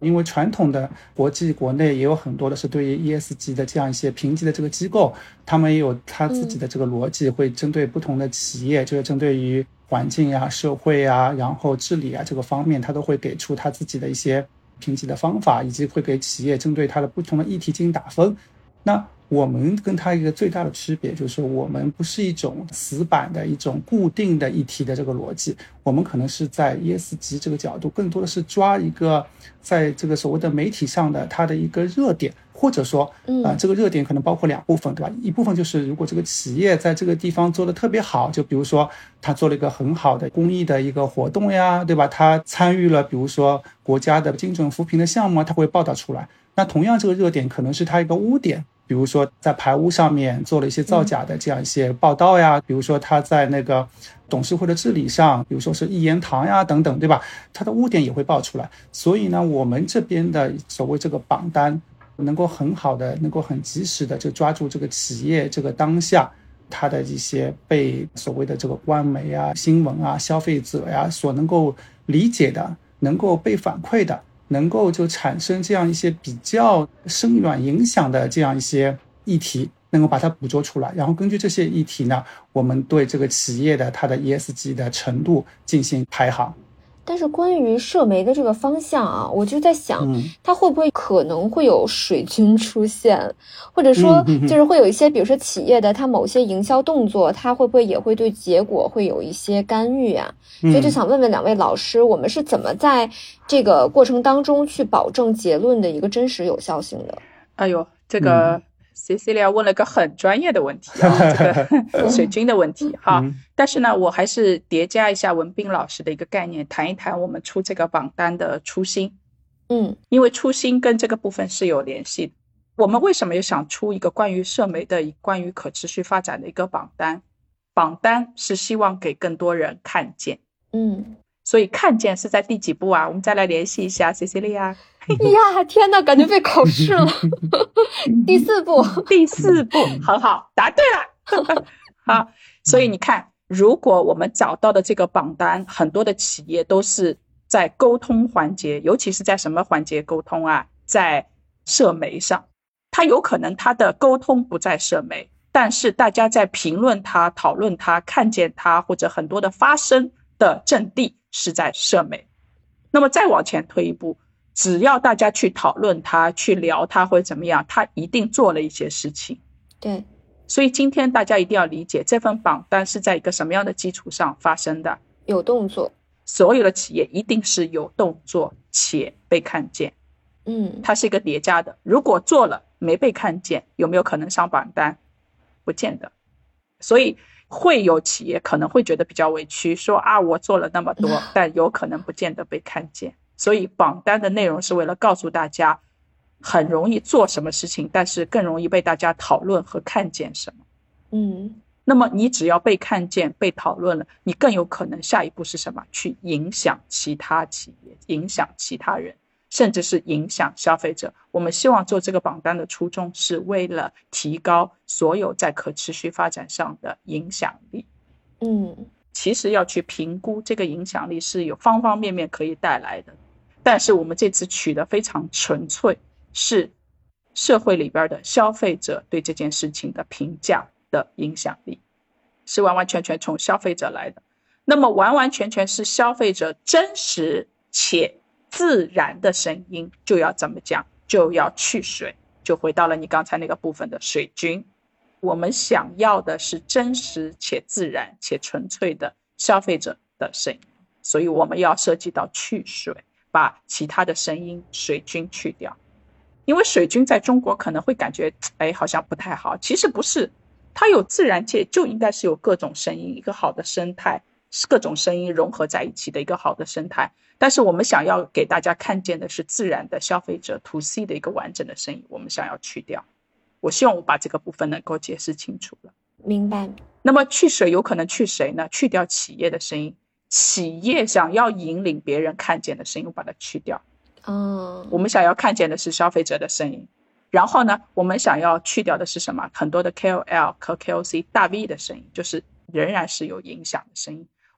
因为传统的国际国内也有很多的是对于 ESG 的这样一些评级的这个机构，他们也有他自己的这个逻辑，会针对不同的企业，就是针对于环境啊、社会啊，然后治理啊这个方面，他都会给出他自己的一些评级的方法，以及会给企业针对它的不同的议题进行打分。那我们跟它一个最大的区别就是说，我们不是一种死板的一种固定的议题的这个逻辑，我们可能是在 ESG 这个角度更多的是抓一个在这个所谓的媒体上的它的一个热点，或者说这个热点可能包括两部分，对吧？一部分就是如果这个企业在这个地方做得特别好，就比如说他做了一个很好的公益的一个活动呀，对吧？他参与了比如说国家的精准扶贫的项目，他会报道出来。那同样这个热点可能是他一个污点，比如说在排污上面做了一些造假的这样一些报道呀，比如说他在那个董事会的治理上，比如说是一言堂呀等等，对吧？他的污点也会爆出来。所以呢，我们这边的所谓这个榜单能够很好的，能够很及时的就抓住这个企业这个当下它的一些被所谓的这个官媒啊、新闻啊、消费者呀所能够理解的，能够被反馈的，能够就产生这样一些比较深远影响的这样一些议题，能够把它捕捉出来，然后根据这些议题呢，我们对这个企业的它的 ESG 的程度进行排行。 但是关于社媒的这个方向啊，我就在想，它会不会可能会有水军出现，或者说就是会有一些，比如说企业的它某些营销动作，它会不会也会对结果会有一些干预啊？所以就想问问两位老师，我们是怎么在这个过程当中去保证结论的一个真实有效性的？ 哎呦，这个Cecilia 问了个很专业的问题啊，这个水军的问题哈。但是呢，我还是叠加一下文彬老师的一个概念，谈一谈我们出这个榜单的初心。因为初心跟这个部分是有联系的。我们为什么也想出一个关于社媒的、关于可持续发展的一个榜单？榜单是希望给更多人看见。所以看见是在第几步啊？我们再来联系一下 Cecilia。 呀，天哪，感觉被考试了。第四步，很好，答对了。好，所以你看，如果我们找到的这个榜单，很多的企业都是在沟通环节，尤其是在什么环节沟通啊？在社媒上，它有可能它的沟通不在社媒，但是大家在评论它、讨论它、看见它，或者很多的发声的阵地是在社媒。那么再往前推一步，只要大家去讨论它、去聊它或者怎么样，它一定做了一些事情。 对， 所以今天大家一定要理解，这份榜单是在一个什么样的基础上发生的？ 有动作。 所有的企业一定是有动作且被看见。它是一个叠加的。如果做了没被看见，有没有可能上榜单？不见得。所以会有企业可能会觉得比较委屈，说啊，我做了那么多，但有可能不见得被看见。所以榜单的内容是为了告诉大家，很容易做什么事情，但是更容易被大家讨论和看见什么。那么你只要被看见、被讨论了，你更有可能下一步是什么？去影响其他企业，影响其他人，甚至是影响消费者。我们希望做这个榜单的初衷是为了提高所有在可持续发展上的影响力。其实要去评估这个影响力是有方方面面可以带来的，但是我们这次取得非常纯粹，是社会里边的消费者对这件事情的评价的影响力，是完完全全从消费者来的。那么完完全全是消费者真实且自然的声音，就要怎么讲？就要去水，就回到了你刚才那个部分的水军。我们想要的是真实且自然且纯粹的消费者的声音，所以我们要涉及到去水，把其他的声音水军去掉。因为水军在中国可能会感觉好像不太好，其实不是，它有自然界就应该是有各种声音，一个好的生态，是各种声音融合在一起的一个好的生态。但是我们想要给大家看见的是自然的消费者 to C 的一个完整的声音，我们想要去掉。我希望我把这个部分能够解释清楚了。 明白。 那么去谁有可能去谁呢？去掉企业的声音，企业想要引领别人看见的声音，我把它去掉。我们想要看见的是消费者的声音。然后呢，我们想要去掉的是什么？很多的 KOL 和 KOC 大 V 的声音，就是仍然是有影响的声音。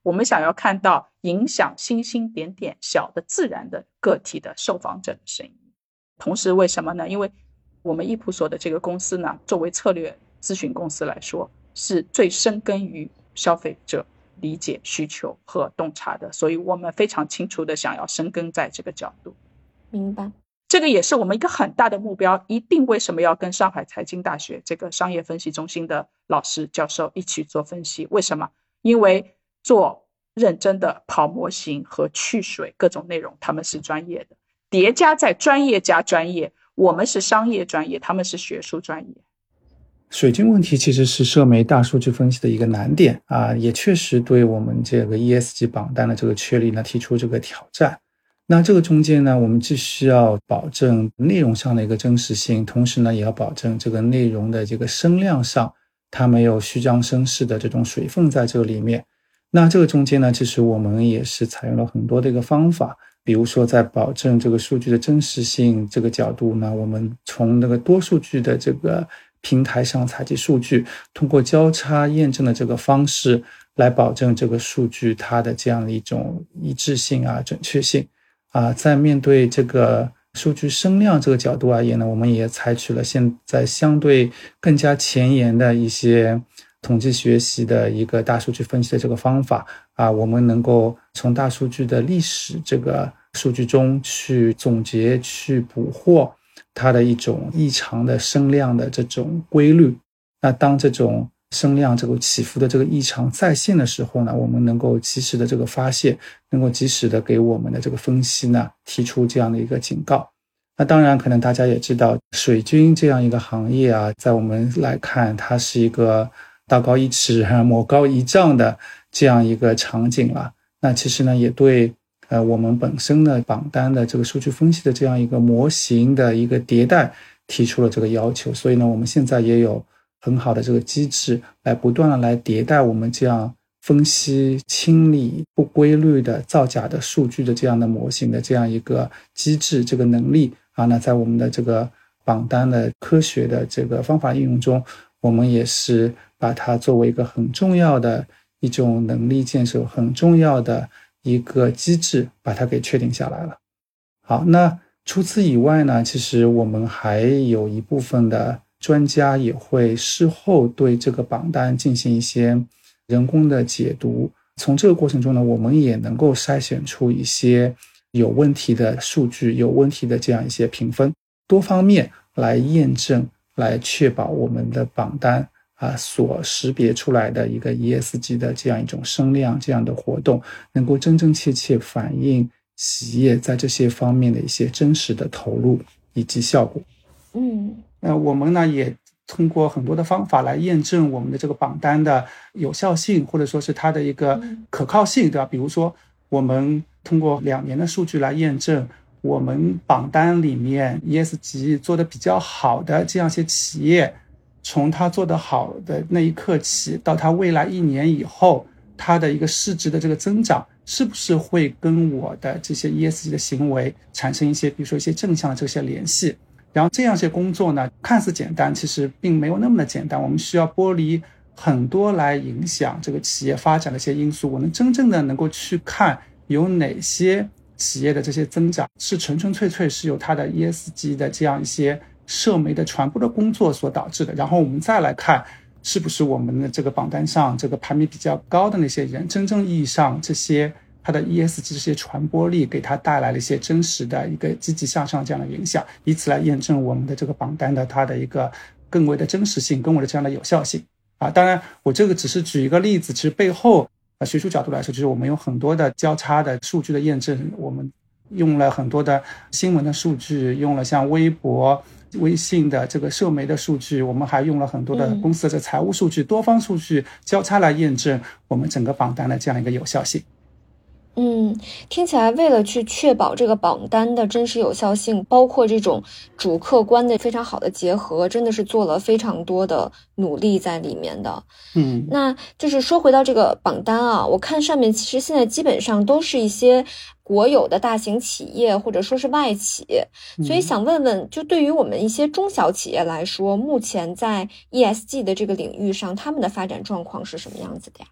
我们想要看到影响星星点点小的自然的个体的受访者的声音。同时为什么呢？因为我们易普所的这个公司呢，作为策略咨询公司来说，是最深耕于消费者理解需求和洞察的，所以我们非常清楚的想要深耕在这个角度。 明白。 这个也是我们一个很大的目标，一定为什么要跟上海财经大学这个商业分析中心的老师教授一起做分析？为什么？因为做认真的跑模型和去水各种内容，他们是专业的，叠加在专业加专业，我们是商业专业，他们是学术专业。 水军问题其实是社媒大数据分析的一个难点啊，也确实对我们这个 ESG 榜单的这个确立呢提出这个挑战。那这个中间呢，我们既需要保证内容上的一个真实性，同时呢也要保证这个内容的这个声量上它没有虚张声势的这种水分在这里面。那这个中间呢，其实我们也是采用了很多的一个方法，比如说在保证这个数据的真实性这个角度呢，我们从那个多数据的这个平台上采集数据，通过交叉验证的这个方式来保证这个数据它的这样的一种一致性啊、准确性啊。在面对这个数据声量这个角度而言呢，我们也采取了现在相对更加前沿的一些统计学习的一个大数据分析的这个方法啊，我们能够从大数据的历史这个数据中去总结、去捕获它的一种异常的声量的这种规律。那当这种声量这个起伏的这个异常再现的时候呢，我们能够及时的这个发现，能够及时的给我们的这个分析呢提出这样的一个警告。那当然可能大家也知道，水军这样一个行业啊，在我们来看它是一个道高一尺魔高一丈的这样一个场景了。那其实呢也对我们本身的榜单的这个数据分析的这样一个模型的一个迭代提出了这个要求。所以呢我们现在也有很好的这个机制来不断的来迭代我们这样分析清理不规律的造假的数据的这样的模型的这样一个机制这个能力啊。那在我们的这个榜单的科学的这个方法应用中，我们也是把它作为一个很重要的一种能力建设，很重要的一个机制把它给确定下来了。好，那除此以外呢，其实我们还有一部分的专家也会事后对这个榜单进行一些人工的解读。从这个过程中呢，我们也能够筛选出一些有问题的数据，有问题的这样一些评分，多方面来验证，来确保我们的榜单所识别出来的一个 ESG 的这样一种声量，这样的活动能够真真切切反映企业在这些方面的一些真实的投入以及效果。我们呢也通过很多的方法来验证我们的这个榜单的有效性，或者说是它的一个可靠性，对吧？比如说我们通过2年的数据来验证我们榜单里面 ESG 做得比较好的这样一些企业，从它做得好的那一刻起到它未来1年以后它的一个市值的这个增长，是不是会跟我的这些 ESG 的行为产生一些比如说一些正向的这些联系。然后这样一些工作呢看似简单，其实并没有那么的简单，我们需要剥离很多来影响这个企业发展的一些因素，我们真正的能够去看有哪些企业的这些增长是纯纯粹粹是由它的 ESG 的这样一些社媒的传播的工作所导致的。然后我们再来看是不是我们的这个榜单上这个排名比较高的那些人，真正意义上这些它的 ESG 这些传播力给它带来了一些真实的一个积极向上这样的影响，以此来验证我们的这个榜单的它的一个更为的真实性，更为的这样的有效性当然我这个只是举一个例子，其实背后学术角度来说，就是我们有很多的交叉的数据的验证，我们用了很多的新闻的数据，用了像微博微信的这个社媒的数据，我们还用了很多的公司的这财务数据，多方数据交叉来验证我们整个榜单的这样一个有效性。 听起来为了去确保这个榜单的真实有效性，包括这种主客观的非常好的结合，真的是做了非常多的努力在里面的。那就是说回到这个榜单啊，我看上面其实现在基本上都是一些国有的大型企业或者说是外企，所以想问问，就对于我们一些中小企业来说，目前在 ESG 的这个领域上，他们的发展状况是什么样子的呀？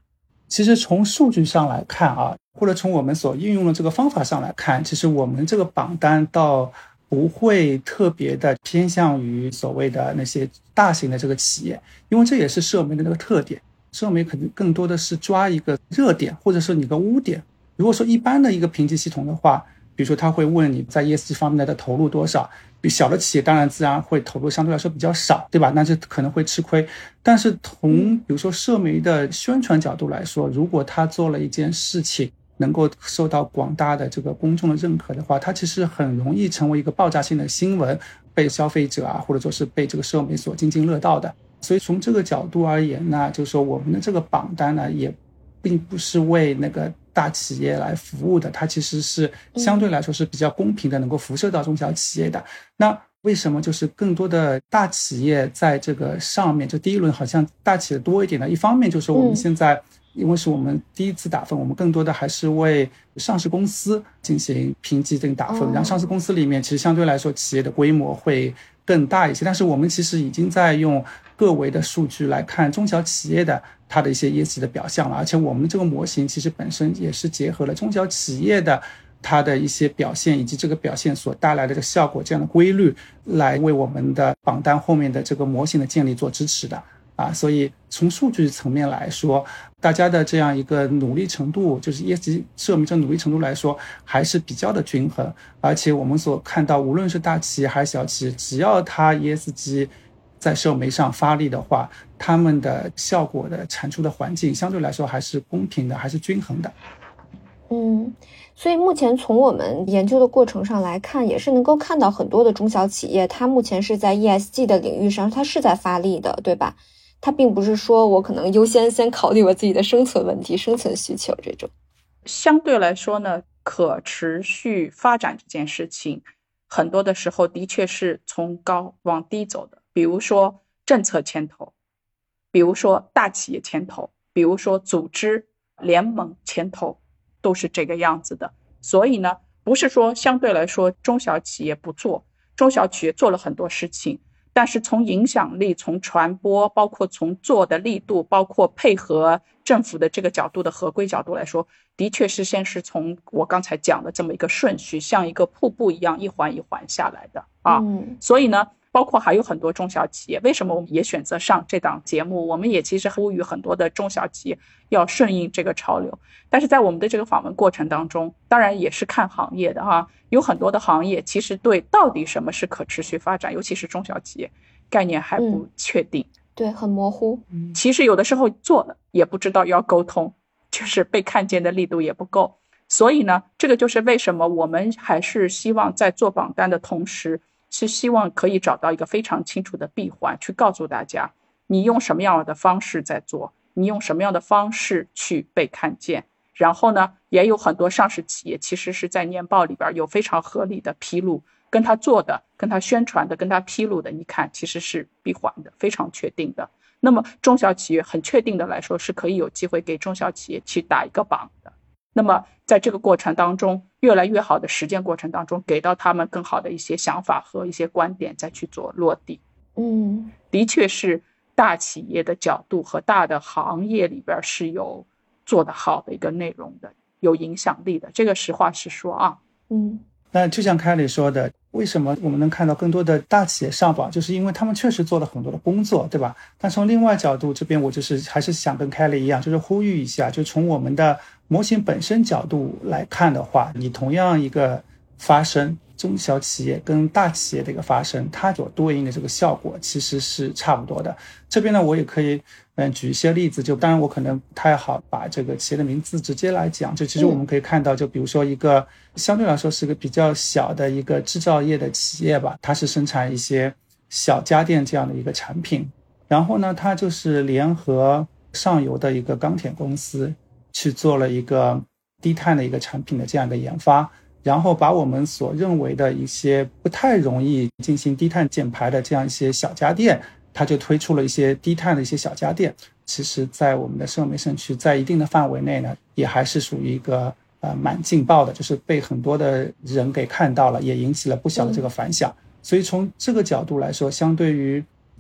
其实从数据上来看啊，或者从我们所应用的这个方法上来看，其实我们这个榜单倒不会特别的偏向于所谓的那些大型的这个企业，因为这也是社媒的那个特点。社媒可能更多的是抓一个热点或者是你个污点。如果说一般的一个评级系统的话，比如说他会问你在 ESG 方面的投入多少，比小的企业当然自然会投入相对来说比较少，对吧？那就可能会吃亏。但是从比如说社媒的宣传角度来说，如果他做了一件事情能够受到广大的这个公众的认可的话，它其实很容易成为一个爆炸性的新闻，被消费者啊或者说是被这个社媒所津津乐道的。所以从这个角度而言呢，就是说我们的这个榜单呢也并不是为那个大企业来服务的，它其实是相对来说是比较公平的，能够辐射到中小企业的。那为什么就是更多的大企业在这个上面，就第一轮好像大企业多一点呢？一方面就是我们现在因为是我们第一次打分，我们更多的还是为上市公司进行评级进行打分，然后上市公司里面其实相对来说企业的规模会更大一些，但是我们其实已经在用个维的数据来看中小企业的它的一些业绩的表象了，而且我们这个模型其实本身也是结合了中小企业的它的一些表现以及这个表现所带来的这个效果这样的规律，来为我们的榜单后面的这个模型的建立做支持的所以从数据层面来说，大家的这样一个努力程度，就是 ESG 社媒这努力程度来说还是比较的均衡。而且我们所看到无论是大企业还是小企业，只要它 ESG 在社媒上发力的话，他们的效果的产出的环境相对来说还是公平的，还是均衡的。 所以目前从我们研究的过程上来看，也是能够看到很多的中小企业，它目前是在 ESG 的领域上它是在发力的，对吧？它并不是说我可能优先考虑我自己的生存问题、生存需求这种。 相对来说呢，可持续发展这件事情，很多的时候的确是从高往低走的。比如说政策牵头，比如说大企业牵头，比如说组织联盟牵头，都是这个样子的。所以呢，不是说相对来说中小企业不做，中小企业做了很多事情，但是从影响力、从传播，包括从做的力度，包括配合政府的这个角度的合规角度来说，的确是先是从我刚才讲的这么一个顺序，像一个瀑布一样一环一环下来的所以呢，包括还有很多中小企业，为什么我们也选择上这档节目？我们也其实呼吁很多的中小企业要顺应这个潮流。但是在我们的这个访问过程当中，当然也是看行业的有很多的行业其实对到底什么是可持续发展，尤其是中小企业，概念还不确定， 对，很模糊。 其实有的时候做了也不知道要沟通，就是被看见的力度也不够。所以呢，这个就是为什么我们还是希望在做榜单的同时，是希望可以找到一个非常清楚的闭环，去告诉大家你用什么样的方式在做，你用什么样的方式去被看见。然后呢，也有很多上市企业其实是在年报里边有非常合理的披露，跟他做的、跟他宣传的、跟他披露的，一看其实是闭环的，非常确定的。那么中小企业很确定的来说，是可以有机会给中小企业去打一个榜的。那么在这个过程当中，越来越好的实践过程当中，给到他们更好的一些想法和一些观点，再去做落地。的确是大企业的角度和大的行业里边是有做得好的一个内容的，有影响力的，这个实话实说那就像凯里说的，为什么我们能看到更多的大企业上榜，就是因为他们确实做了很多的工作，对吧？但从另外角度这边，我就是还是想跟凯里一样，就是呼吁一下，就从我们的模型本身角度来看的话，你同样一个发生，中小企业跟大企业的一个发生，它所对应的这个效果其实是差不多的。这边呢，我也可以举一些例子，就当然我可能不太好把这个企业的名字直接来讲，就其实我们可以看到，就比如说一个相对来说是个比较小的一个制造业的企业吧，它是生产一些小家电这样的一个产品，然后呢，它就是联合上游的一个钢铁公司去做了一个低碳的一个产品的这样的研发，然后把我们所认为的一些不太容易进行低碳减排的这样一些小家电，它就推出了一些低碳的一些小家电。其实在我们的社媒社区在一定的范围内呢，也还是属于一个蛮劲爆的，就是被很多的人给看到了，也引起了不小的这个反响。所以从这个角度来说，相对于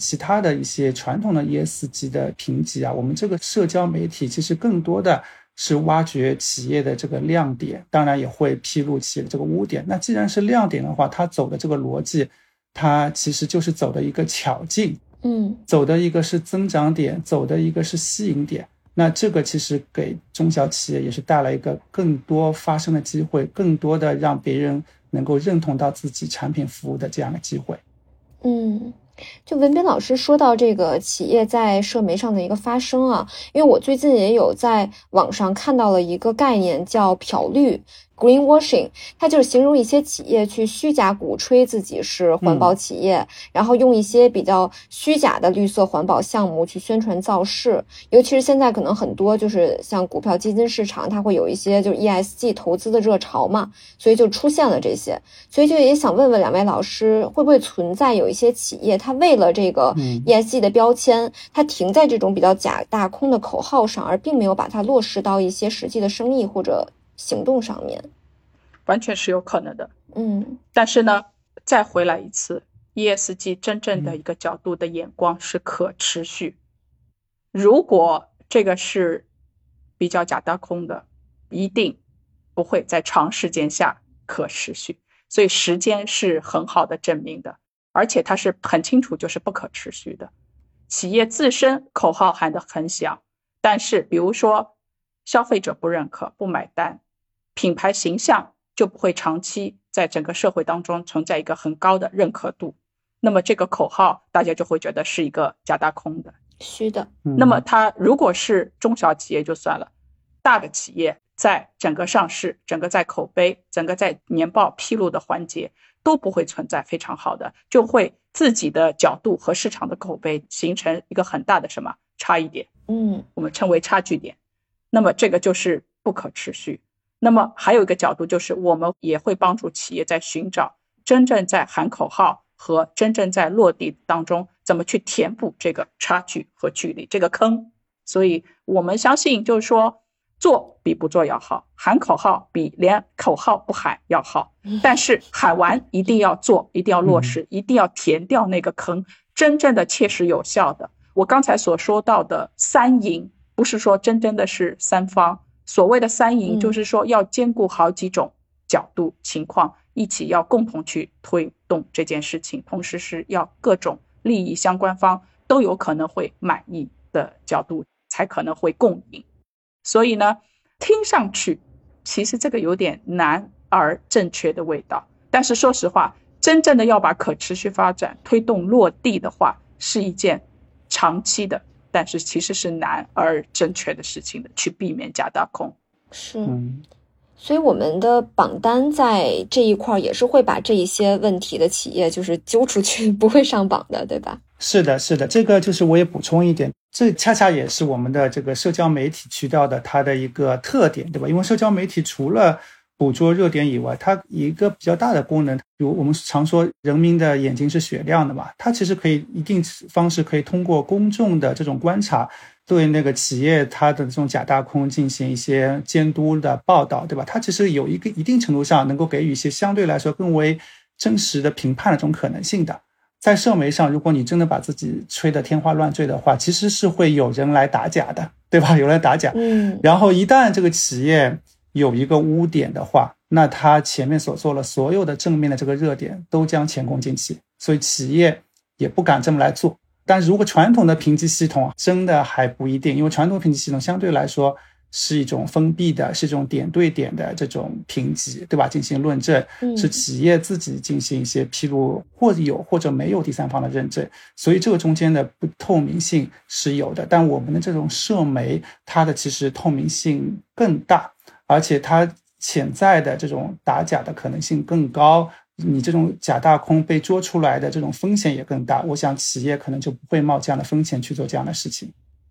其他的一些传统的 ESG 的评级啊，我们这个社交媒体其实更多的是挖掘企业的这个亮点，当然也会披露企业的这个污点。那既然是亮点的话，它走的这个逻辑，它其实就是走的一个巧劲，走的一个是增长点，走的一个是吸引点。那这个其实给中小企业也是带来一个更多发声的机会，更多的让别人能够认同到自己产品服务的这样的机会。 就文彬老师说到这个企业在社媒上的一个发声啊，因为我最近也有在网上看到了一个概念叫漂绿 greenwashing， 它就是形容一些企业去虚假鼓吹自己是环保企业，然后用一些比较虚假的绿色环保项目去宣传造势。尤其是现在可能很多就是像股票基金市场，它会有一些就是 ESG 投资的热潮嘛，所以就出现了这些。所以就也想问问两位老师，会不会存在有一些企业它为了这个 ESG 的标签，它停在这种比较假大空的口号上，而并没有把它落实到一些实际的生意或者行动上面？ 完全是有可能的。但是呢，再回来一次， ESG 真正的一个角度的眼光是可持续。如果这个是比较假大空的，一定不会在长时间下可持续，所以时间是很好的证明的，而且它是很清楚就是不可持续的。企业自身口号喊得很响，但是比如说消费者不认可不买单，品牌形象就不会长期在整个社会当中存在一个很高的认可度，那么这个口号大家就会觉得是一个假大空的虚的。 那么它如果是中小企业就算了，大的企业在整个上市，整个在口碑，整个在年报披露的环节都不会存在非常好的，就会自己的角度和市场的口碑形成一个很大的什么差异点，我们称为差距点，那么这个就是不可持续。那么还有一个角度，就是我们也会帮助企业在寻找真正在喊口号和真正在落地当中怎么去填补这个差距和距离，这个坑。所以我们相信就是说，做比不做要好，喊口号比连口号不喊要好，但是喊完一定要做，一定要落实，一定要填掉那个坑，真正的切实有效的。我刚才所说到的三赢，不是说真正的是三方，所谓的三赢就是说要兼顾好几种角度情况，一起要共同去推动这件事情，同时是要各种利益相关方都有可能会满意的角度才可能会共赢。所以呢，听上去其实这个有点难而正确的味道，但是说实话，真正的要把可持续发展推动落地的话，是一件长期的，但是其实是难而正确的事情的，去避免假大空。 是，所以我们的榜单在这一块也是会把这一些问题的企业就是揪出去，不会上榜的，对吧？ 是的，是的，这个就是我也补充一点，这恰恰也是我们的这个社交媒体渠道的它的一个特点，对吧？因为社交媒体除了捕捉热点以外，它一个比较大的功能，比如我们常说人民的眼睛是雪亮的嘛，它其实可以一定方式可以通过公众的这种观察，对那个企业它的这种假大空进行一些监督的报道，对吧？它其实有一个一定程度上能够给予一些相对来说更为真实的评判的这种可能性的。在社媒上，如果你真的把自己吹得天花乱坠的话，其实是会有人来打假的，对吧？有人来打假。然后一旦这个企业有一个污点的话，那他前面所做了所有的正面的这个热点都将前功尽弃，所以企业也不敢这么来做。但如果传统的评级系统真的还不一定，因为传统评级系统相对来说是一种封闭的，是一种点对点的这种评级，对吧？进行论证，是企业自己进行一些披露，或者有或者没有第三方的认证，所以这个中间的不透明性是有的。但我们的这种社媒，它的其实透明性更大，而且它潜在的这种打假的可能性更高，你这种假大空被捉出来的这种风险也更大，我想企业可能就不会冒这样的风险去做这样的事情。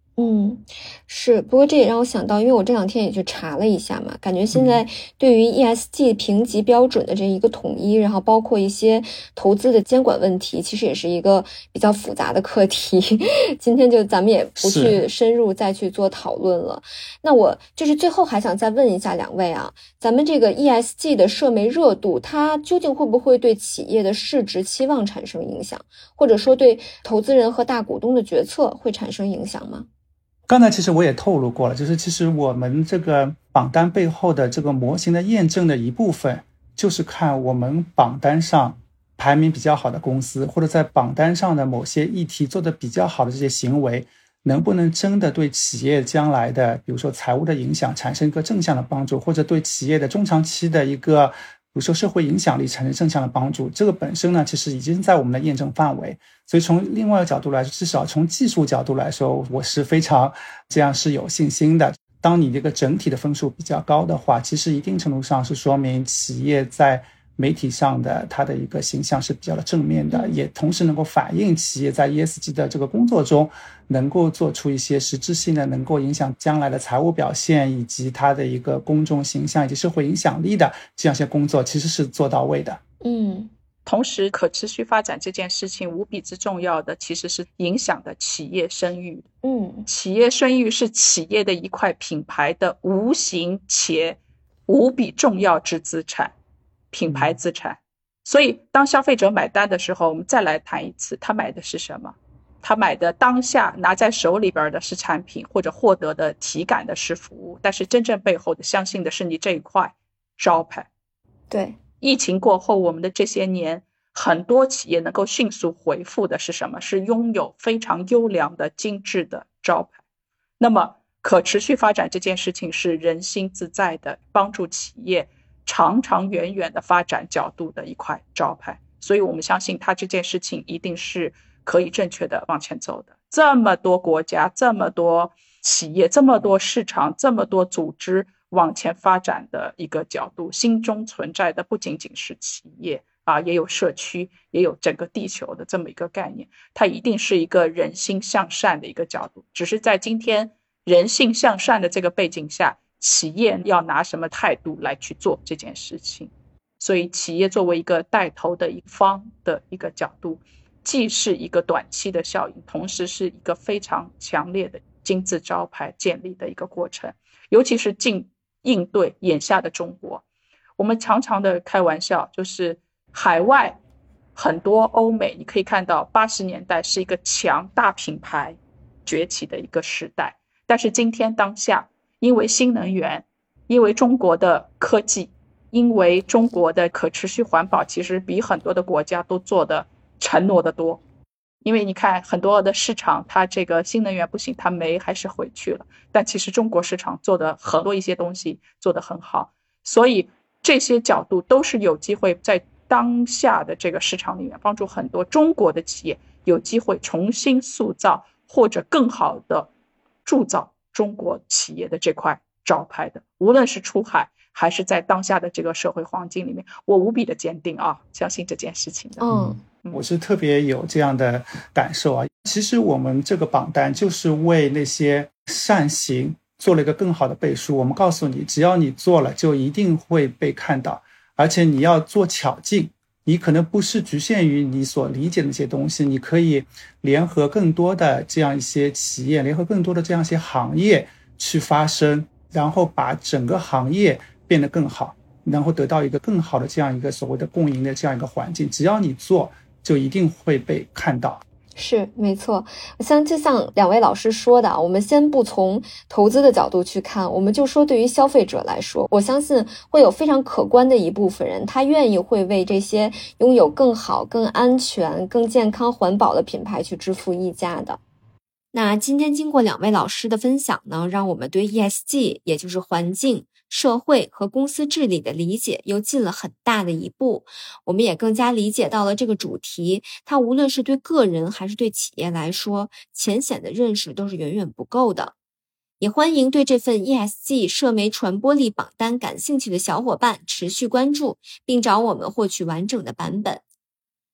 是，不过这也让我想到，因为我这两天也去查了一下嘛，感觉现在对于 ESG 评级标准的这一个统一，然后包括一些投资的监管问题，其实也是一个比较复杂的课题。今天就咱们也不去深入再去做讨论了。那我就是最后还想再问一下两位啊，咱们这个 ESG 的社媒热度，它究竟会不会对企业的市值期望产生影响，或者说对投资人和大股东的决策会产生影响吗？ 刚才其实我也透露过了，就是其实我们这个榜单背后的这个模型的验证的一部分，就是看我们榜单上排名比较好的公司，或者在榜单上的某些议题做得比较好的这些行为，能不能真的对企业将来的比如说财务的影响产生一个正向的帮助，或者对企业的中长期的一个比如说社会影响力产生正向的帮助，这个本身呢其实已经在我们的验证范围。所以从另外一个角度来说，至少从技术角度来说，我是非常这样是有信心的。当你这个整体的分数比较高的话，其实一定程度上是说明企业在媒体上的它的一个形象是比较的正面的，也同时能够反映企业在 ESG 的这个工作中能够做出一些实质性的能够影响将来的财务表现，以及它的一个公众形象以及社会影响力的这样一些工作其实是做到位的。 同时可持续发展这件事情无比之重要的其实是影响的企业声誉。企业声誉是企业的一块品牌的无形且无比重要之资产，品牌资产。所以当消费者买单的时候，我们再来谈一次，他买的是什么？他买的当下拿在手里边的是产品，或者获得的体感的是服务，但是真正背后的相信的是你这一块招牌。 对， 疫情过后我们的这些年，很多企业能够迅速回复的是什么？是拥有非常优良的精致的招牌。那么可持续发展这件事情是人心自在的，帮助企业长长远远的发展角度的一块招牌。所以我们相信它这件事情一定是可以正确的往前走的。这么多国家，这么多企业，这么多市场，这么多组织往前发展的一个角度，心中存在的不仅仅是企业也有社区，也有整个地球的这么一个概念，它一定是一个人心向善的一个角度。只是在今天人性向善的这个背景下，企业要拿什么态度来去做这件事情。所以企业作为一个带头的一方的一个角度，既是一个短期的效应，同时是一个非常强烈的金字招牌建立的一个过程。尤其是应对眼下的中国，我们常常的开玩笑，就是海外很多欧美，你可以看到80年代是一个强大品牌崛起的一个时代，但是今天当下，因为新能源，因为中国的科技，因为中国的可持续环保，其实比很多的国家都做的承诺的多。因为你看很多的市场，它这个新能源不行，它煤还是回去了，但其实中国市场做的很多一些东西做得很好，所以这些角度都是有机会在当下的这个市场里面帮助很多中国的企业有机会重新塑造或者更好的铸造中国企业的这块招牌的。无论是出海还是在当下的这个社会环境里面，我无比的坚定相信这件事情的。 我是特别有这样的感受啊。其实我们这个榜单就是为那些善行做了一个更好的背书。我们告诉你，只要你做了，就一定会被看到，而且你要做巧劲，你可能不是局限于你所理解的那些东西，你可以联合更多的这样一些企业，联合更多的这样一些行业去发声，然后把整个行业变得更好，然后得到一个更好的这样一个所谓的共赢的这样一个环境。只要你做，就一定会被看到。 是，没错。就像两位老师说的，我们先不从投资的角度去看，我们就说对于消费者来说，我相信会有非常可观的一部分人，他愿意会为这些拥有更好、更安全、更健康、环保的品牌去支付溢价的。那今天经过两位老师的分享呢，让我们对 ESG 也就是环境、社会和公司治理的理解又进了很大的一步。我们也更加理解到了这个主题，它无论是对个人还是对企业来说，浅显的认识都是远远不够的。也欢迎对这份 ESG 社媒传播力榜单感兴趣的小伙伴持续关注，并找我们获取完整的版本。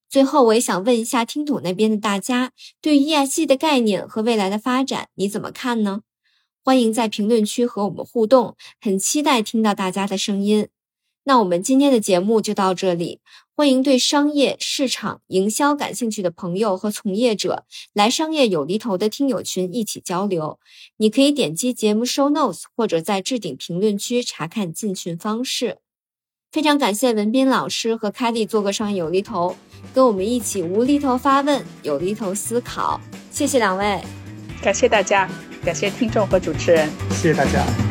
最后我也想问一下听筒那边的大家，对于 ESG 的概念和未来的发展你怎么看呢？欢迎在评论区和我们互动，很期待听到大家的声音。那我们今天的节目就到这里，欢迎对商业、市场、营销感兴趣的朋友和从业者来商业有厘头的听友群一起交流。你可以点击节目 show notes 或者在置顶评论区查看进群方式。非常感谢文彬老师和凯莉做个商业有厘头，跟我们一起无厘头发问，有厘头思考。谢谢两位， 感谢大家，感谢听众和主持人， 谢谢大家。